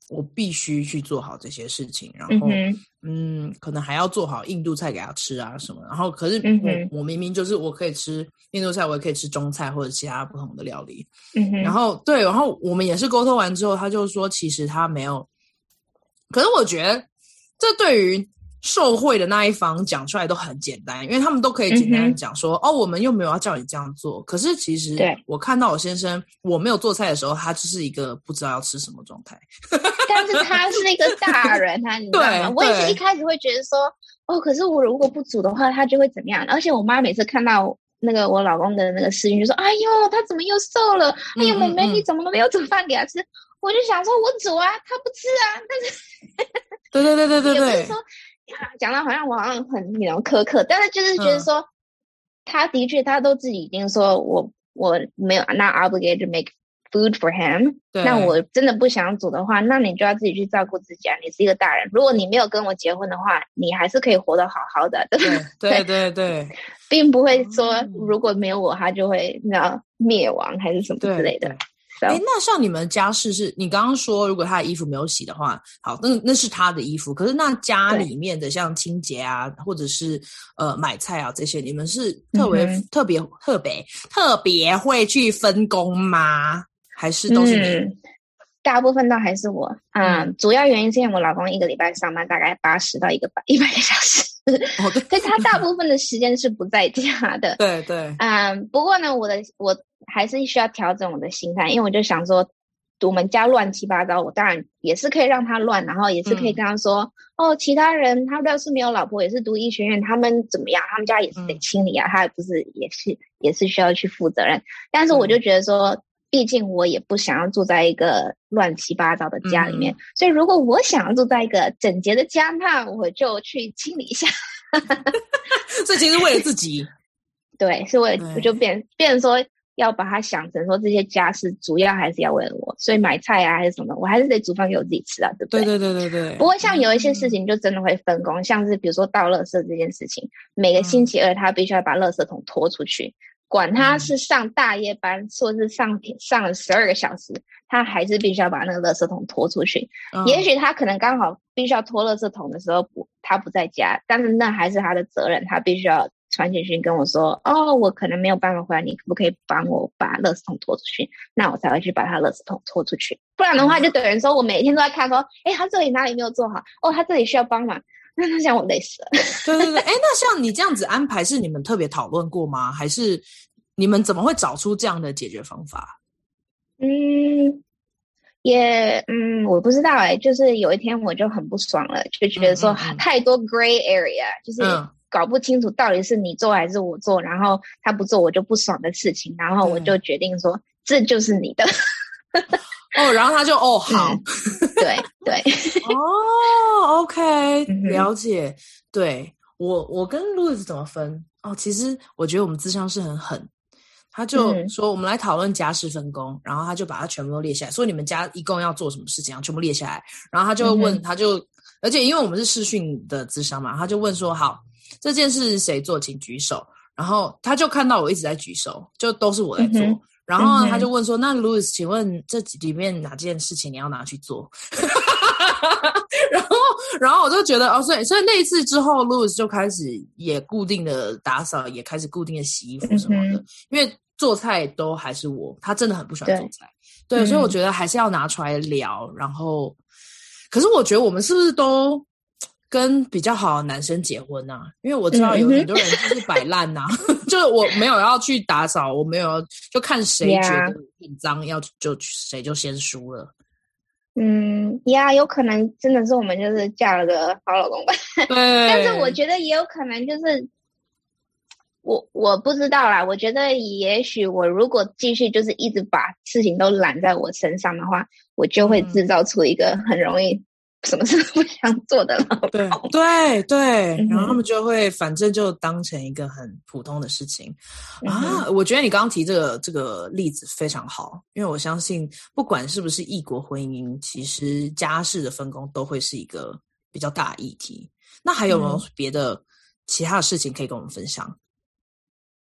我必须去做好这些事情，然后 嗯, 嗯，可能还要做好印度菜给他吃啊什么。然后可是我、嗯、我明明就是我可以吃印度菜，我也可以吃中菜或者其他不同的料理。 嗯哼， 然后对，然后我们也是沟通完之后，他就说其实他没有，可是我觉得这对于受贿的那一方讲出来都很简单，因为他们都可以简单的讲说、嗯、哦，我们又没有要叫你这样做。可是其实我看到我先生我没有做菜的时候，他就是一个不知道要吃什么状态。 但是他是一个大人啊，你知道吗？我也是一开始会觉得说哦，可是我如果不煮的话他就会怎么样。而且我妈每次看到那个我老公的那个视频就说哎呦他怎么又瘦了，哎呦妹妹你怎么都没有煮饭给他吃。我就想说我煮啊他不吃啊。但是对对对对对对， 也不是说讲到好像我好像很那种苛刻，但是就是觉得说、嗯、他的确他都自己已经说我我没有 not obligated to make food for him， 那我真的不想煮的话，那你就要自己去照顾自己啊，你是一个大人，如果你没有跟我结婚的话你还是可以活得好好的。对对对对， 并不会说如果没有我他就会那灭亡还是什么之类的。 哎，那像你们家事是你刚刚说如果他的衣服没有洗的话，好，那那是他的衣服，可是那家里面的像清洁啊或者是呃买菜啊这些，你们是特别、嗯、特别特别特别会去分工吗？还是都是你？ 嗯，大部分都还是我。嗯，嗯主要原因是因为我老公一个礼拜上班大概八十到一个一百个小时，哦，对，所以他大部分的时间是不在家的。 对对， 嗯，不过呢，我的我还是需要调整我的心态，因为我就想说，我们家乱七八糟，我当然也是可以让他乱，然后也是可以跟他说，嗯、哦，其他人他要是没有老婆，也是读医学院，他们怎么样，他们家也是得清理啊，嗯、他也不是也是也是需要去负责任。但是我就觉得说。嗯毕竟我也不想要住在一个乱七八糟的家里面、嗯、所以如果我想要住在一个整洁的家，那我就去清理一下。 所以其实为了自己。 对，是为了我就变变成说要把它想成说这些家事主要还是要为了我，所以买菜啊还是什么我还是得煮饭给我自己吃啊，对不对？ 对对对对对。 不过像有一些事情就真的会分工、嗯、像是比如说倒垃圾这件事情，每个星期二他必须要把垃圾桶拖出去，管他是上大夜班、嗯、或是上上了十二个小时，他还是必须要把那个垃圾桶拖出去、嗯、也许他可能刚好必须要拖垃圾桶的时候不他不在家，但是那还是他的责任，他必须要传简讯跟我说哦我可能没有办法回来，你可不可以帮我把垃圾桶拖出去，那我才会去把他垃圾桶拖出去，不然的话就等于说我每天都在看说诶他这里哪里没有做好，哦他这里需要帮忙，那他想我累死了。 对对对，哎，那像你这样子安排是你们特别讨论过吗？还是你们怎么会找出这样的解决方法？ 嗯，也嗯，我不知道哎、欸，就是有一天我就很不爽了，就觉得说、嗯嗯嗯、太多 gray area， 就是搞不清楚到底是你做还是我做，然后他不做我就不爽的事情，然后我就决定说、嗯、这就是你的。 哦，然后他就哦好、嗯， 对对， 哦 ，OK， 了解。嗯、对我我跟路易斯怎么分？哦，其实我觉得我们咨商师很狠，他就说我们来讨论家事分工、嗯，然后他就把它全部都列下来，说你们家一共要做什么事情，全部列下来，然后他就会问，嗯、他就而且因为我们是视讯的咨商嘛，他就问说好这件事谁做，请举手，然后他就看到我一直在举手，就都是我在做。嗯然后他就问说、嗯、那 Louis 请问这里面哪件事情你要拿去做？然后然后我就觉得哦，所以所以那一次之后 Louis 就开始也固定的打扫，也开始固定的洗衣服什么的、嗯、因为做菜都还是我，他真的很不喜欢做菜。 对, 对、嗯、所以我觉得还是要拿出来聊。然后可是我觉得我们是不是都跟比较好的男生结婚啊？因为我知道有很多人就是摆烂啊、嗯、就是我没有要去打扫，我没有要就看谁觉得紧张要就谁就先输了。 嗯呀，有可能真的是我们就是嫁了个好老公吧。 对， 但是我觉得也有可能就是我我不知道啦，我觉得也许我如果继续就是一直把事情都揽在我身上的话，我就会制造出一个很容易什么事都不想做的老公。 对对对、嗯、然后他们就会反正就当成一个很普通的事情、嗯、啊。我觉得你刚刚提这个这个例子非常好，因为我相信不管是不是异国婚姻，其实家事的分工都会是一个比较大的议题。那还有没有别的其他的事情可以跟我们分享？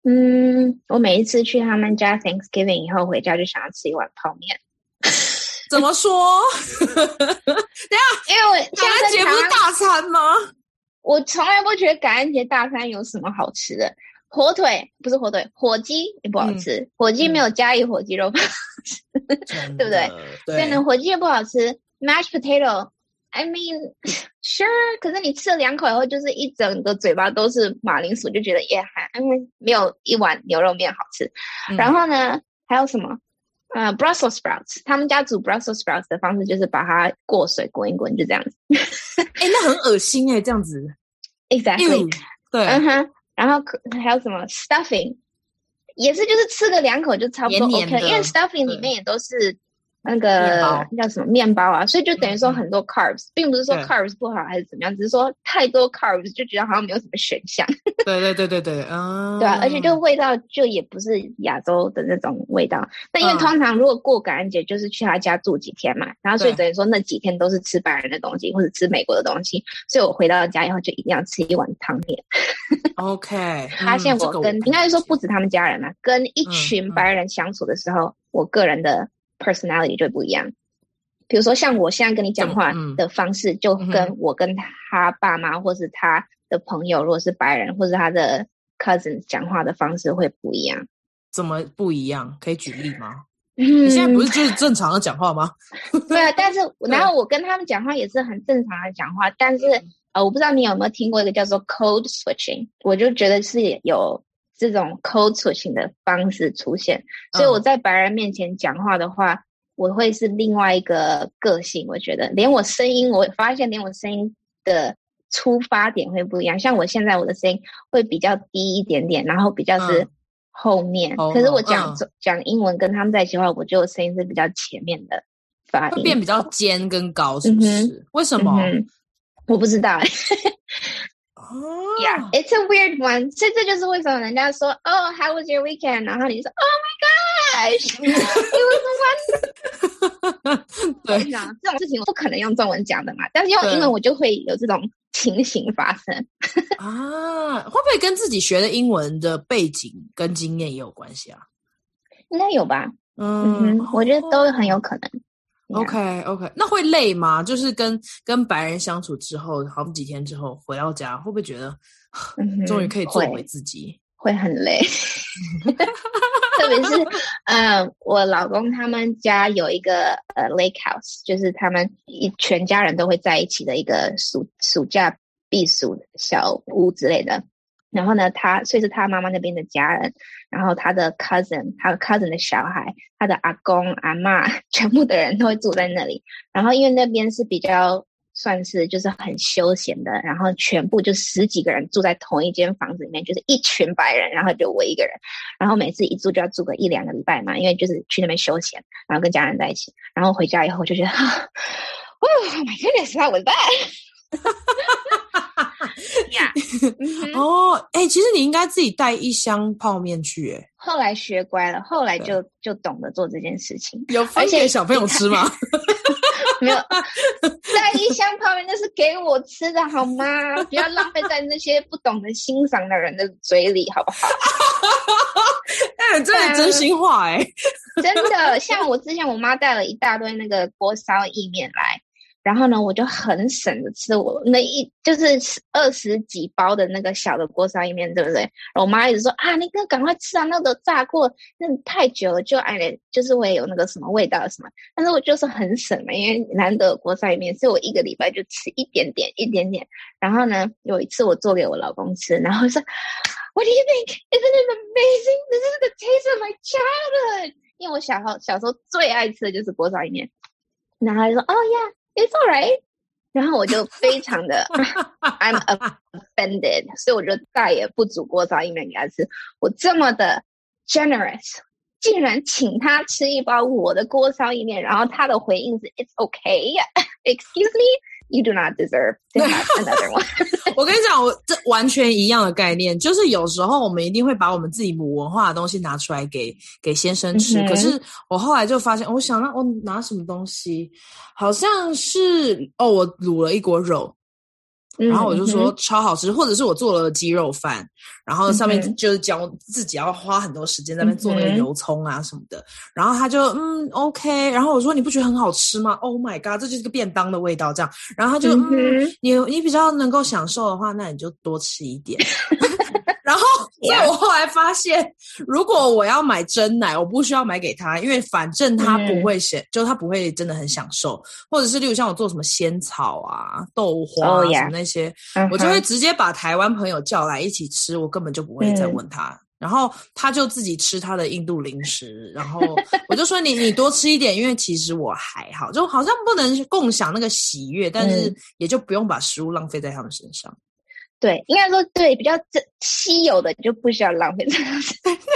嗯，我每一次去他们家 Thanksgiving 以后回家就想要吃一碗泡面。 怎么说？等一下， 因为我感恩节不是大餐吗？ 我从来不觉得感恩节大餐有什么好吃的。火腿不是火腿，火鸡也不好吃，嗯、火鸡没有嘉义火鸡肉不好吃，嗯、对不对？ 对。 所以呢，火鸡也不好吃。Mashed potato，I mean sure， 可是你吃了两口以后，就是一整个嘴巴都是马铃薯，就觉得也还因为没有一碗牛肉面好吃。嗯、然后呢，还有什么？呃 ，Brussels sprouts， 他们家煮 Brussels sprouts 的方式就是把它过水滚一滚，就这样子。 哎、欸，那很恶心哎、欸，这样子。 Exactly， 对， 嗯哼。然后还有什么 stuffing， 也是就是吃个两口就差不多 OK， 因为 stuffing 里面也都是那个叫什么面包啊，所以就等于说很多 carbs，、嗯、并不是说 carbs 不好还是怎么样，只是说太多 carbs 就觉得好像没有什么选项。 对对对对对，嗯， 对啊，而且就味道就也不是亚洲的那种味道。那因为通常如果过感恩节就是去他家住几天嘛，然后所以等于说那几天都是吃白人的东西或者吃美国的东西，所以我回到家以后就一定要吃一碗汤面。 OK， 发现我跟、嗯这个、我应该是说不止他们家人嘛，跟一群白人相处的时候，嗯嗯、我个人的 personality 就不一样。比如说像我现在跟你讲话的方式，就跟我跟他爸妈或是他的朋友，如果是白人或是他的 cousins 讲话的方式会不一样。 怎么不一样？可以举例吗？嗯、你现在不是就是正常的讲话吗？ 对啊，但是然后我跟他们讲话也是很正常的讲话，但是。呃，我不知道你有没有听过一个叫做 code switching， 我就觉得是有这种 code switching 的方式出现，所以我在白人面前讲话的话，嗯、我会是另外一个个性。我觉得连我声音，我发现连我声音的出发点会不一样。像我现在我的声音会比较低一点点，然后比较是后面，嗯、可是我讲讲、嗯、英文跟他们在一起的话，我觉得我声音是比较前面的发音， 会变比较尖跟高，是不是？嗯、为什么？嗯我不知道哎、欸。Oh. Yeah, it's a weird one. 所以这就是为什么人家说 Oh, how was your weekend? 然后你说 Oh my gosh, it was wonderful. 对，这种事情我不可能用中文讲的嘛，但是用英文我就会有这种情形发生。 啊，会不会跟自己学的英文的背景跟经验也有关系啊？ 应该有吧。嗯, 嗯，我觉得都很有可能。 OK OK， 那会累吗？就是跟跟白人相处之后，好几天之后回到家，会不会觉得、嗯、终于可以做回自己？ 会, 会很累，特别是呃，我老公他们家有一个呃 lake house， 就是他们一全家人都会在一起的一个暑暑假避暑小屋之类的。然后呢，他所以是他妈妈那边的家人，然后他的 cousin， 他的 cousin 的小孩，他的阿公阿嬷，全部的人都会住在那里。然后因为那边是比较算是就是很休闲的，然后全部就十几个人住在同一间房子里面，就是一群白人，然后就我一个人。然后每次一住就要住个一两个礼拜嘛，因为就是去那边休闲，然后跟家人在一起。然后回家以后就觉得，哦 ，Oh my goodness, that was bad 。 yeah. 哦，哎、欸，其实你应该自己带一箱泡面去，哎， 后来学乖了，后来就就懂得做这件事情。 有分给小朋友吃吗？ 没有，带一箱泡面那是给我吃的好吗？不要浪费在那些不懂得欣赏的人的嘴里，好不好？ 哎、欸，真的真心话哎、欸， 真的，像我之前我妈带了一大堆那个锅烧意面来。然后呢，我就很省的吃我那一就是二十几包的那个小的锅烧意面，对不对？然后我妈一直说啊，你赶快吃啊，那个炸过那太久了，就哎，就是会有那个什么味道什么。但是我就是很省嘛，因为难得有锅烧意面，所以我一个礼拜就吃一点点，一点点。然后呢，有一次我做给我老公吃，然后说 ，What do you think? Isn't it amazing? This is the taste of my childhood. 因为我小时候小时候最爱吃的就是锅烧意面。然后他就说 ，Oh yeah.It's all right， 然后我就非常的I'm offended， 所以我就再也不煮锅烧意面给他吃。我这么的 generous， 竟然请他吃一包我的锅烧意面，然后他的回应是 It's okay， Excuse me，You do not deserve to have another one 。 我跟你讲，我这完全一样的概念，就是有时候我们一定会把我们自己母文化的东西拿出来给给先生吃。嗯、可是我后来就发现，我想让我拿什么东西，好像是哦，我卤了一锅肉， 然后我就说超好吃，或者是我做了鸡肉饭，然后上面就是教自己要花很多时间在那边做那个油葱啊什么的，然后他就嗯 OK， 然后我说你不觉得很好吃吗 ？Oh my god， 这就是个便当的味道这样，然后他就嗯你你比较能够享受的话，那你就多吃一点。然后，所以我后来发现，如果我要买真奶，我不需要买给他，因为反正他不会选，嗯、就他不会真的很享受。或者是例如像我做什么仙草啊、豆花啊、oh, yeah. 什么那些， uh-huh. 我就会直接把台湾朋友叫来一起吃，我根本就不会再问他。嗯、然后他就自己吃他的印度零食，然后我就说你你多吃一点，因为其实我还好，就好像不能共享那个喜悦，但是也就不用把食物浪费在他们身上。 对，应该说对，比较稀有的就不需要浪费这样子。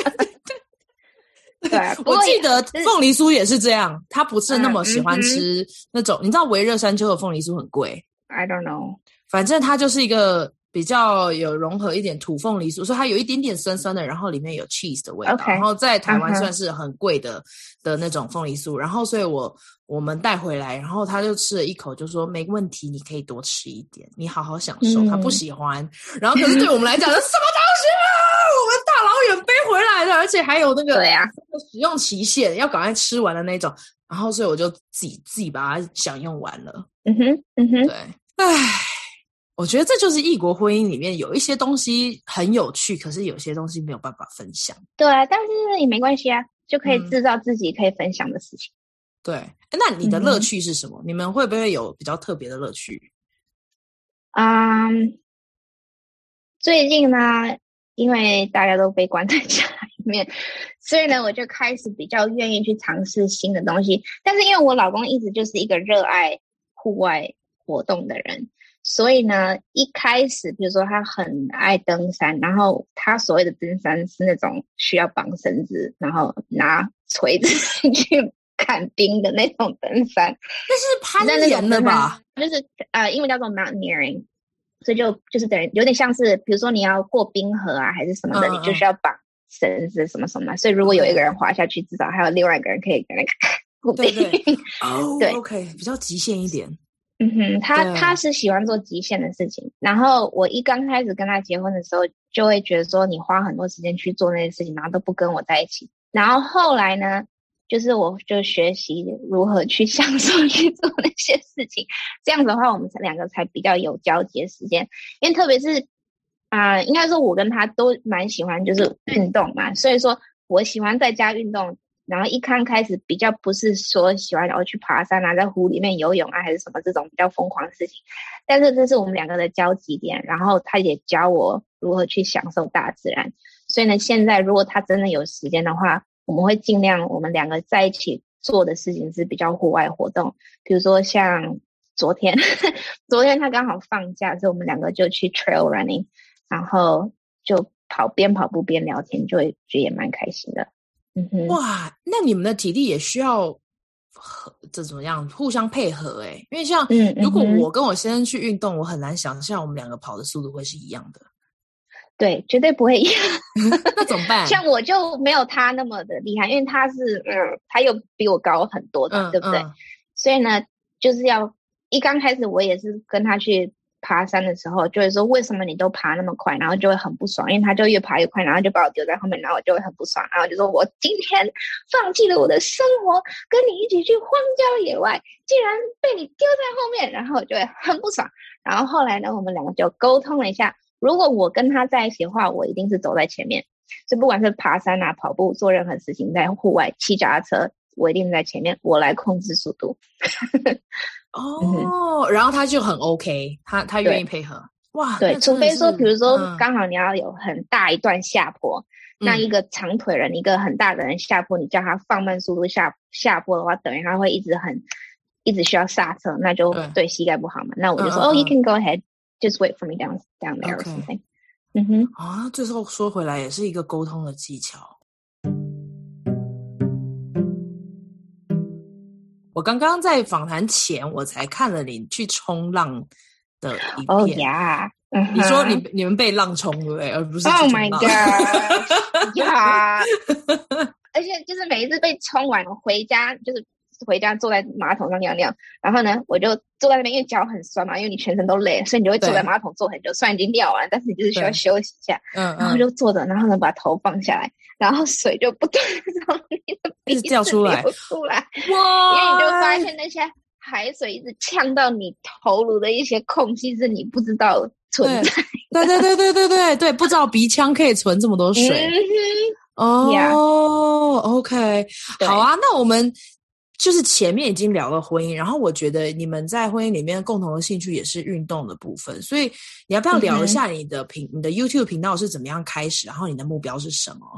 对、啊， 我记得凤梨酥也是这样，他不是那么喜欢吃那种，嗯、你知道微热山丘的凤梨酥很贵 ，I don't know， 反正它就是一个比较有融合一点土凤梨酥，所以它有一点点酸酸的，然后里面有 cheese 的味道， okay, 然后在台湾算是很贵的、uh-huh. 的那种凤梨酥，然后所以我我们带回来，然后他就吃了一口，就说没问题，你可以多吃一点，你好好享受。嗯、他不喜欢，然后可是对我们来讲，什么东西啊？我们大老远背回来的，而且还有那个对啊使用期限，要赶快吃完的那种。然后所以我就自己自己把它享用完了。 嗯哼，嗯哼， 对，唉。我觉得这就是异国婚姻里面有一些东西很有趣，可是有些东西没有办法分享。 对啊，但是也没关系啊，就可以制造自己可以分享的事情。 嗯、对，那你的乐趣是什么？嗯、你们会不会有比较特别的乐趣？ 嗯，最近呢，因为大家都被关在家里面，所以呢，我就开始比较愿意去尝试新的东西。但是因为我老公一直就是一个热爱户外活动的人。所以呢，一开始比如说他很爱登山，然后他所谓的登山是那种需要绑绳子，然后拿锤子去砍冰的那种登山。 那是攀岩的吧？ 就是呃，英文叫做 mountaineering， 所以就就是等于有点像是，比如说你要过冰河啊，还是什么的，嗯嗯你就需要绑绳子什么什么。所以如果有一个人滑下去，至少还有另外一个人可以跟那个固定。 对对哦，对 ，OK， 比较极限一点。 嗯哼，他他是喜欢做极限的事情，然后我一刚开始跟他结婚的时候，就会觉得说你花很多时间去做那些事情，然后都不跟我在一起。然后后来呢，就是我就学习如何去享受去做那些事情，这样子的话，我们两个才比较有交集时间。因为特别是啊、呃，应该说我跟他都蛮喜欢就是运动嘛，所以说我喜欢在家运动。然后一刚开始比较不是说喜欢然后去爬山啊，在湖里面游泳啊，还是什么这种比较疯狂的事情，但是这是我们两个的交集点。然后他也教我如何去享受大自然，所以呢，现在如果他真的有时间的话，我们会尽量我们两个在一起做的事情是比较户外活动，比如说像昨天昨天他刚好放假，所以我们两个就去 trail running， 然后就跑边跑步边聊天，就会觉得也蛮开心的。嗯、 哇，那你们的体力也需要这怎么样互相配合哎、欸？因为像如果我跟我先生去运动，我很难想象我们两个跑的速度会是一样的。 对，绝对不会一样。 那怎么办？ 像我就没有他那么的厉害，因为他是嗯，他又比我高很多的，嗯、对不对、嗯？所以呢，就是要一刚开始我也是跟他去爬山的时候，就会说为什么你都爬那么快，然后就会很不爽，因为他就越爬越快，然后就把我丢在后面，然后我就会很不爽，然后就说我今天放弃了我的生活，跟你一起去荒郊野外，竟然被你丢在后面，然后我就会很不爽。然后后来呢，我们两个就沟通了一下，如果我跟他在一起的话，我一定是走在前面，所以不管是爬山啊、跑步、做任何事情，在户外骑脚踏车，我一定在前面，我来控制速度。 哦、嗯，然后他就很 OK， 他他愿意配合。哇， 对，除非说，比如说刚好你要有很大一段下坡，嗯、那一个长腿人，一个很大的人下坡，你叫他放慢速度下下坡的话，等于他会一直很一直需要刹车，那就 对, 对膝盖不好嘛。那我就说，哦、嗯 oh, ，you can go ahead, just wait for me down down there or something。嗯哼， 啊，最后说回来也是一个沟通的技巧。我刚刚在访谈前，我才看了你去冲浪的影片。 哦呀， 你说你你们被浪冲对不对？而不是去冲浪。 Oh my god！ 呀，而且就是每一次被冲完，我回家就是回家坐在马桶上尿尿，然后呢我就坐在那边，因为脚很酸嘛，因为你全身都累了，所以你就会坐在马桶坐很久，虽然已经尿完，但是你就是需要休息一下，嗯嗯，然后就坐着，然后呢把头放下来，然后水就不断从你的鼻子掉出来流出来，哇！因为你就发现那些海水一直呛到你头颅的一些空隙是你不知道存在的， 对对对对对对对，不知道鼻腔可以存这么多水。嗯哦、yeah. OK， 好啊，那我们就是前面已经聊了婚姻，然后我觉得你们在婚姻里面共同的兴趣也是运动的部分，所以你要不要聊一下你的频、嗯、你的 YouTube 频道是怎么样开始，然后你的目标是什么？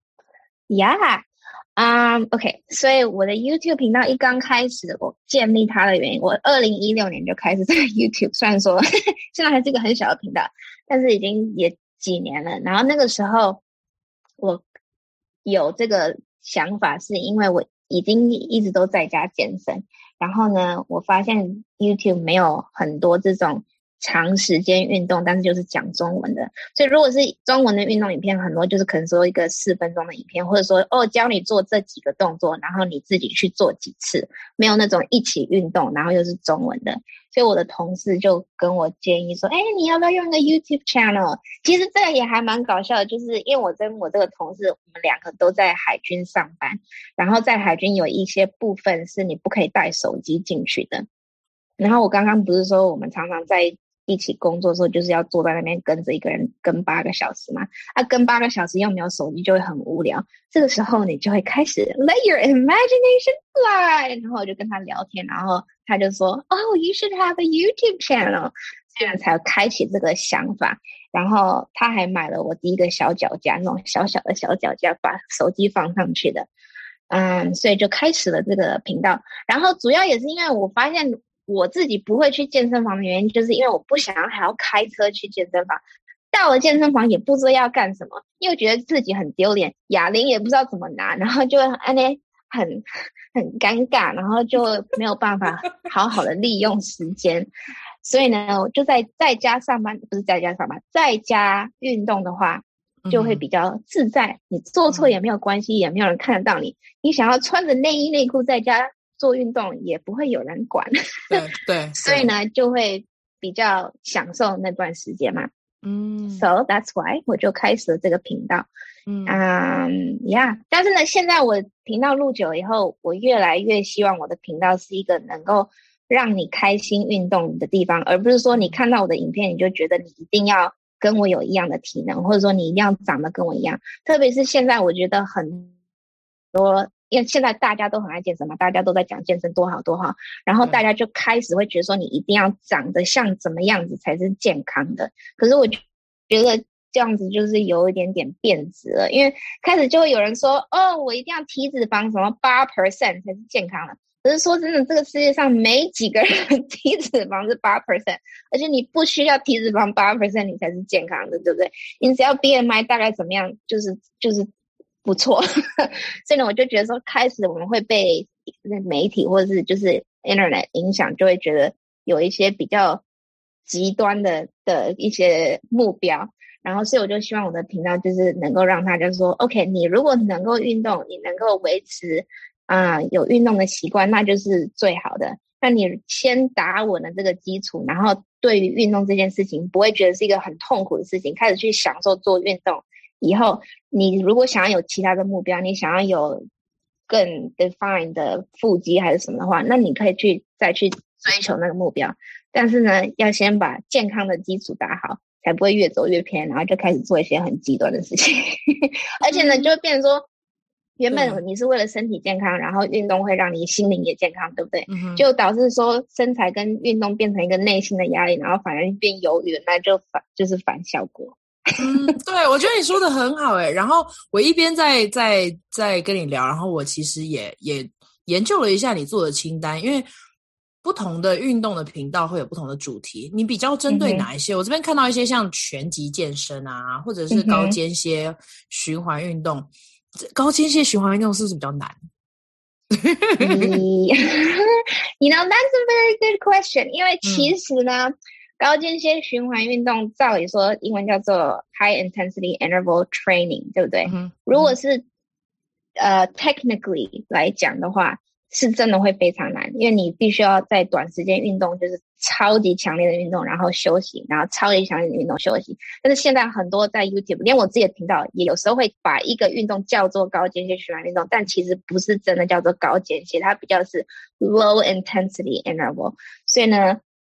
Yeah， 嗯、um, OK， 所以我的 YouTube 频道一刚开始我建立它的原因，我二零一六年就开始这个 YouTube， 虽然说现在还是一个很小的频道，但是已经也几年了，然后那个时候我有这个想法是因为我已经一直都在家健身，然后呢我发现 YouTube 没有很多这种长时间运动但是就是讲中文的，所以如果是中文的运动影片，很多就是可能说一个四分钟的影片，或者说哦教你做这几个动作，然后你自己去做几次，没有那种一起运动然后又是中文的。所以我的同事就跟我建议说，哎，你要不要用一个 YouTube channel？ 其实这个也还蛮搞笑的，就是因为我跟我这个同事，我们两个都在海军上班，然后在海军有一些部分是你不可以带手机进去的。然后我刚刚不是说我们常常在一起工作的时候就是要坐在那边跟着一个人跟八个小时嘛，啊跟八个小时又没有手机就会很无聊，这个时候你就会开始 let your imagination fly， 然后我就跟他聊天，然后他就说oh you should have a YouTube channel， 这样才开启这个想法，然后他还买了我第一个小脚架，那种小小的小脚架把手机放上去的，嗯，所以就开始了这个频道。然后主要也是因为我发现我自己不会去健身房的原因，就是因为我不想要还要开车去健身房，到了健身房也不知道要干什么，又觉得自己很丢脸，哑铃也不知道怎么拿，然后就安呢很很尴尬，然后就没有办法好好的利用时间。所以呢，我就在在家上班，不是在家上班，在家运动的话就会比较自在，你做错也没有关系，也没有人看得到你，你想要穿着内衣内裤在家做运动也不会有人管， 对对， 所以呢就会比较享受那段时间嘛。嗯 ，So that's why 我就开始了这个频道。嗯嗯、um, ，Yeah， 但是呢，现在我频道录久以后，我越来越希望我的频道是一个能够让你开心运动的地方，而不是说你看到我的影片你就觉得你一定要跟我有一样的体能，或者说你一定要长得跟我一样。特别是现在我觉得很多，因为现在大家都很爱健身嘛，大家都在讲健身多好多好，然后大家就开始会觉得说你一定要长得像怎么样子才是健康的。可是我觉得这样子就是有一点点变质了，因为开始就会有人说哦我一定要体脂肪什么 百分之八 才是健康的。可是说真的，这个世界上没几个人体脂肪是 百分之八， 而且你不需要体脂肪 百分之八 你才是健康的，对不对？你只要 B M I 大概怎么样就是就是不错。所以呢我就觉得说开始我们会被媒体或者是就是 internet 影响，就会觉得有一些比较极端的的一些目标，然后所以我就希望我的频道就是能够让大家说 OK， 你如果能够运动，你能够维持啊、呃，有运动的习惯，那就是最好的。那你先打稳了这个基础，然后对于运动这件事情不会觉得是一个很痛苦的事情，开始去享受做运动以后，你如果想要有其他的目标，你想要有更 define 的腹肌还是什么的话，那你可以去再去追求那个目标。但是呢，要先把健康的基础打好，才不会越走越偏，然后就开始做一些很极端的事情。而且呢，就会变成说原本你是为了身体健康，然后运动会让你心灵也健康，对不对？嗯、就导致说身材跟运动变成一个内心的压力，然后反而变忧郁，那就反就是反效果。 嗯，对，我觉得你说的很好诶。然后我一边在在在跟你聊，然后我其实也也研究了一下你做的清单，因为不同的运动的频道会有不同的主题，你比较针对哪一些？嗯、我这边看到一些像拳击健身啊，或者是高间歇循环运动。嗯、高间歇循环运动是不是比较难 ？You know, that's a very good question. 因为其实呢。嗯高间歇循环运动照理说英文叫做 high intensity interval training， 对不对？嗯、如果是呃 technically 来讲的话， 是真的会非常难，因为你必须要在短时间运动，就是超级强烈的运动，然后休息，然后超级强烈的运动休息。但是现在很多在 YouTube， 连我自己的频道也有时候会把一个运动叫做高间歇循环运动，但其实不是真的叫做高间歇，它比较是 low intensity interval。所以呢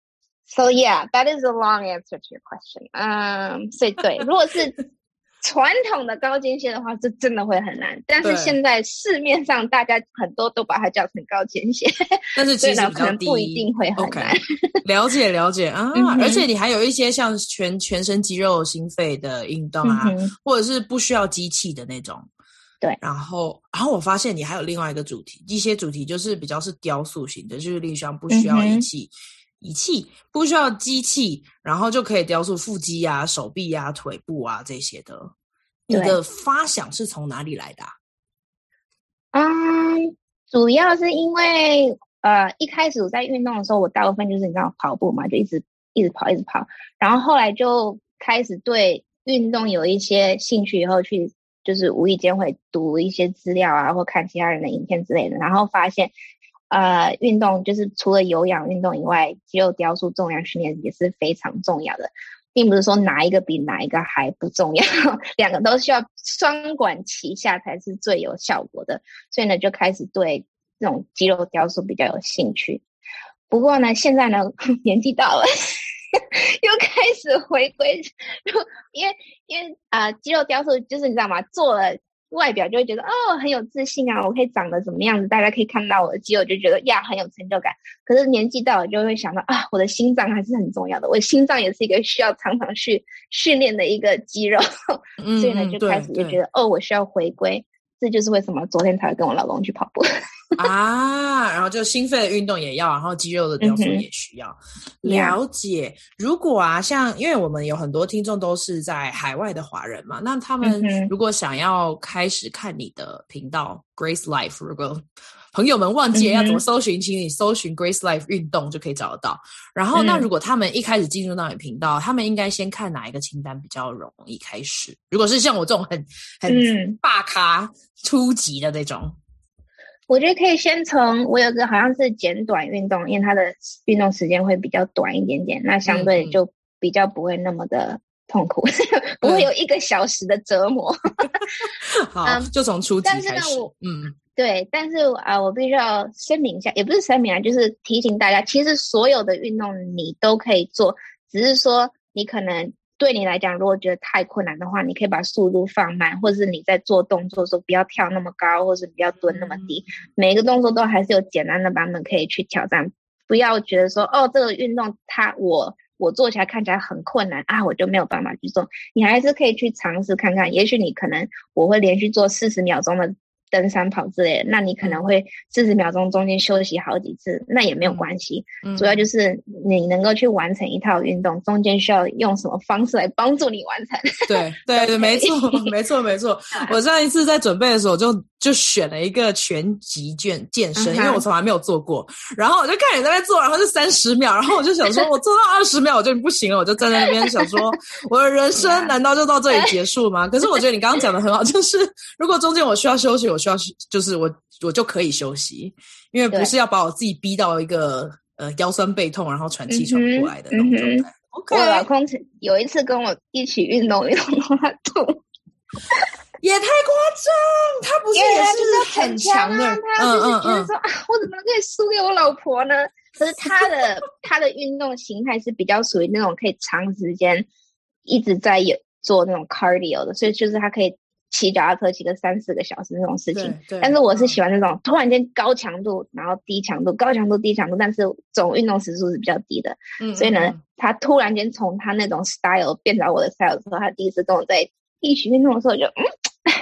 ，so yeah, that is a long answer to your question。嗯，所以对，如果是传统的高间歇的话，这真的会很难。但是现在市面上大家很多都把它叫成高间歇， 但是其实比较低， 可能不一定会很难。 Okay. 了解了解啊、嗯，而且你还有一些像全全身肌肉心肺的运动啊、嗯，或者是不需要机器的那种。 对， 然后然后我发现你还有另外一个主题，一些主题就是比较是雕塑型的，就是例如像不需要仪器。嗯仪器不需要机器，然后就可以雕塑腹肌啊、手臂啊、腿部啊这些的。你的发想是从哪里来的啊？嗯，主要是因为呃一开始我在运动的时候，我大部分就是你知道跑步嘛，就一直一直跑一直跑，然后后来就开始对运动有一些兴趣，以后去就是无意间会读一些资料啊，或看其他人的影片之类的，然后发现。呃，运动就是除了有氧运动以外，肌肉雕塑、重量训练也是非常重要的，并不是说哪一个比哪一个还不重要，两个都需要双管齐下才是最有效果的。所以呢，就开始对这种肌肉雕塑比较有兴趣。不过呢，现在呢，年纪到了，又开始回归，因为因为啊、呃，肌肉雕塑就是你知道吗？做了。外表就会觉得哦很有自信啊，我可以长得怎么样子，大家可以看到我的肌肉就觉得呀很有成就感。可是年纪到了就会想到啊，我的心脏还是很重要的，我的心脏也是一个需要常常去训练的一个肌肉，嗯、所以呢就开始就觉得哦我需要回归，这就是为什么昨天才会跟我老公去跑步啊，然后就心肺的运动也要，然后肌肉的雕塑也需要、嗯、了解。如果啊像因为我们有很多听众都是在海外的华人嘛，那他们如果想要开始看你的频道、嗯、Grace Life， 如果朋友们忘记要怎么搜寻、嗯、请你搜寻 Grace Life 运动就可以找得到。然后那如果他们一开始进入到你频道、嗯、他们应该先看哪一个清单比较容易开始？如果是像我这种很很大咖初级的那种， 我觉得可以先从我有个好像是简短运动，因为它的运动时间会比较短一点点，那相对就比较不会那么的痛苦，嗯、不会有一个小时的折磨。 好，嗯、就从初级开始。 但是呢，我嗯， 对，但是啊、呃，我必须要声明一下，也不是声明啊，就是提醒大家，其实所有的运动你都可以做，只是说你可能。对你来讲，如果觉得太困难的话，你可以把速度放慢，或者是你在做动作的时候不要跳那么高，或者是不要蹲那么低。每一个动作都还是有简单的版本可以去挑战，不要觉得说哦，这个运动它我我做起来看起来很困难啊，我就没有办法去做。你还是可以去尝试看看，也许你可能我会连续做四十秒钟的登山跑之类的，那你可能会四十秒钟中间休息好几次，那也没有关系、嗯、主要就是你能够去完成一套运动，中间需要用什么方式来帮助你完成。 对对对，没错没错没错。我上一次在准备的时候就就选了一个拳击健健身、uh-huh. 因为我从来没有做过，然后我就看你在那边做，然后就三十秒，然后我就想说我做到二十秒我就不行了，我就站在那边想说我的人生难道就到这里结束吗？可是我觉得你刚刚讲的很好，就是如果中间我需要休息，我需要就是我我就可以休息，因为不是要把我自己逼到一个呃腰酸背痛然后喘气喘不过来的那种状态、嗯 okay. 我老公有一次跟我一起运动运动他吐也太夸张，他不是也是很强的、 啊、他就是觉得说、嗯嗯、啊我怎么可以输给我老婆呢？可是他的他的运动形态是比较属于那种可以长时间一直在做那种 cardio 的，所以就是他可以骑脚踏车骑个三四个小时那种事情，但是我是喜欢那种、嗯、突然间高强度然后低强度高强度低强度，但是总运动时数是比较低的、嗯、所以呢他突然间从他那种 style 变成我的 style 的时候，他第一次跟我在一起运动的时候就嗯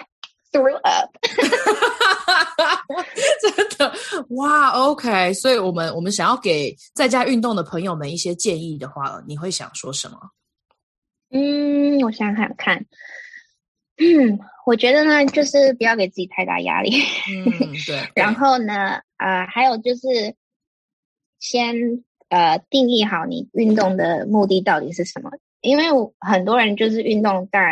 threw up 真的哇 OK。 所以我们我们想要给在家运动的朋友们一些建议的话，你会想说什么？ 嗯我想想看嗯，我觉得呢，就是不要给自己太大压力。 嗯，对。 然后呢，呃，还有就是先呃定义好你运动的目的到底是什么，因为很多人就是运动，当然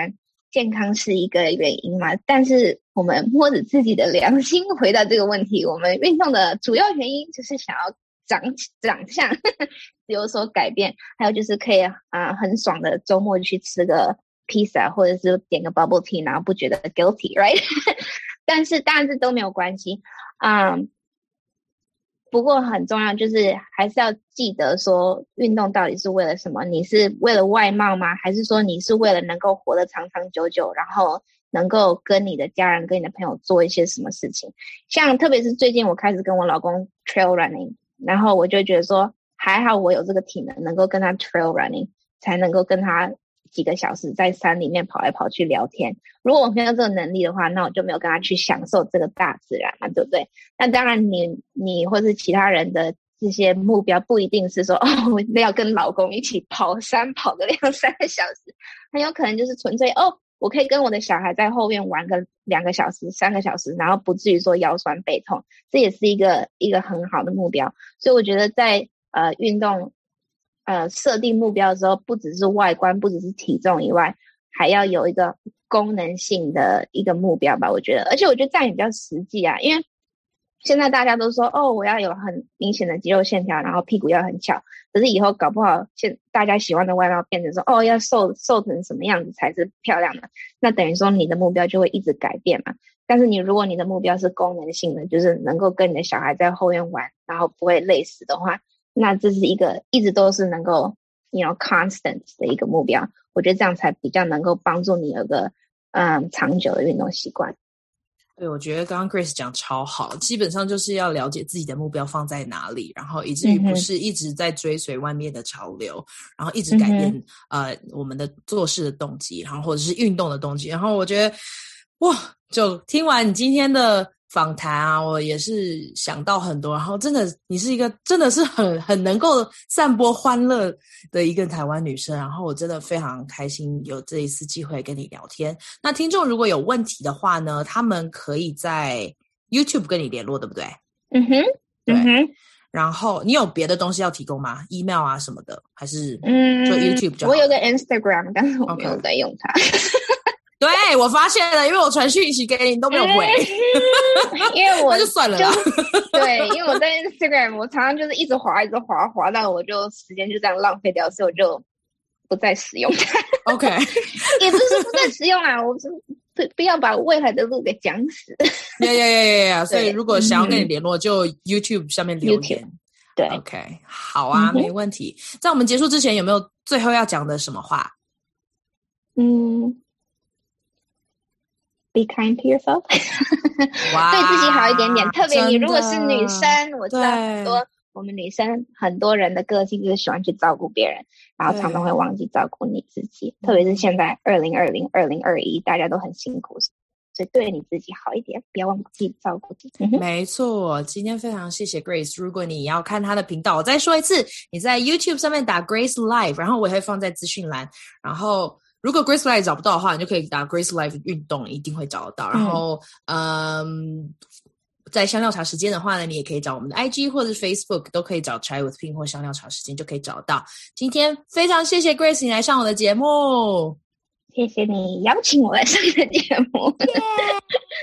健康是一个原因嘛，但是我们摸着自己的良心回答这个问题，我们运动的主要原因就是想要长长相有所改变，还有就是可以啊、呃、很爽的周末去吃个披萨，或者是点个 bubble tea， 然后不觉得 guilty right 但是当然这都没有关系，嗯，不过很重要就是还是要记得说运动到底是为了什么，你是为了外貌吗？还是说你是为了能够活得长长久久，然后能够跟你的家人跟你的朋友做一些什么事情。像特别是最近我开始跟我老公 trail running， 然后我就觉得说还好我有这个体能能够跟他 trail running， 才能够跟他几个小时在山里面跑来跑去聊天。如果我没有这个能力的话，那我就没有跟他去享受这个大自然嘛，对不对？那当然你你或是其他人的这些目标不一定是说哦，我要跟老公一起跑山跑个两三个小时，很有可能就是纯粹哦，我可以跟我的小孩在后院玩个两个小时三个小时，然后不至于说腰酸背痛，这也是一个一个很好的目标。所以我觉得在呃运动呃设定目标的时候，不只是外观不只是体重以外，还要有一个功能性的一个目标吧，我觉得。而且我觉得这样也比较实际啊，因为现在大家都说哦，我要有很明显的肌肉线条，然后屁股要很翘，可是以后搞不好现大家喜欢的外貌变成说哦，要瘦瘦成什么样子才是漂亮的，那等于说你的目标就会一直改变嘛。但是你如果你的目标是功能性的，就是能够跟你的小孩在后院玩，然后不会累死的话，那这是一个一直都是能够 you know constant 的一个目标。我觉得这样才比较能够帮助你有个嗯长久的运动习惯。 对，我觉得刚刚 Grace 讲超好，基本上就是要了解自己的目标放在哪里，然后以至于不是一直在追随外面的潮流，嗯、然后一直改变、嗯、呃我们的做事的动机，然后或者是运动的动机。然后我觉得哇，就听完你今天的访谈啊，我也是想到很多，然后真的你是一个真的是很很能够散播欢乐的一个台湾女生，然后我真的非常开心有这一次机会跟你聊天。那听众如果有问题的话呢，他们可以在 YouTube 跟你联络，对不对？ 嗯哼， 对。 嗯哼， 然后你有别的东西要提供吗？ email 啊什么的，还是嗯， 就 YouTube 就好？ 我有个 Instagram， 但是我没有在用它。Okay. 对，我发现了，因为我传讯息给你，你都没有回， 因为我那就算了啦。 对，因为我在 Instagram， 我常常就是一直滑，一直滑，滑到我就时间就这样浪费掉，所以我就不再使用它。 OK， 也不是不再使用啦，我是不不要把未来的路给讲死。 呀呀呀呀呀！所以如果想要跟你联络，就 YouTube 上面留言。 对 ，OK， 好啊，嗯、没问题。在我们结束之前，有没有最后要讲的什么话？ 嗯。Be kind to yourself 对自己好一点点，特别你如果是女生，我知道很多我们女生很多人的个性就是喜欢去照顾别人，然后常常会忘记照顾你自己，特别是现在二零二零、二零二一大家都很辛苦，所以对你自己好一点，不要忘记照顾自己。嗯、 没错，今天非常谢谢 Grace。如果你要看她的频道，我再说一次，你在 YouTube 上面打 Grace Live， 然后我也会放在资讯栏，然后如果 Grace Live 找不到的话，你就可以打 Grace Live 运动，一定会找得到。然后，嗯，嗯在香料茶时间的话呢，你也可以找我们的 I G 或者是 Facebook， 都可以找 Chai with Ping 或香料茶时间就可以找得到。今天非常谢谢 Grace 你来上我的节目， 谢谢你邀请我来上你的节目。Yeah!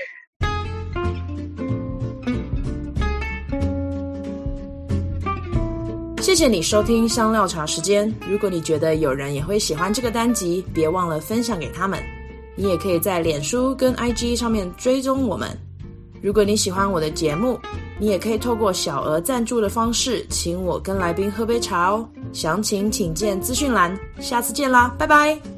谢谢你收听香料茶时间。如果你觉得有人也会喜欢这个单集，别忘了分享给他们。你也可以在脸书跟 I G 上面追踪我们。如果你喜欢我的节目，你也可以透过小额赞助的方式，请我跟来宾喝杯茶哦。详情请见资讯栏。下次见啦，拜拜。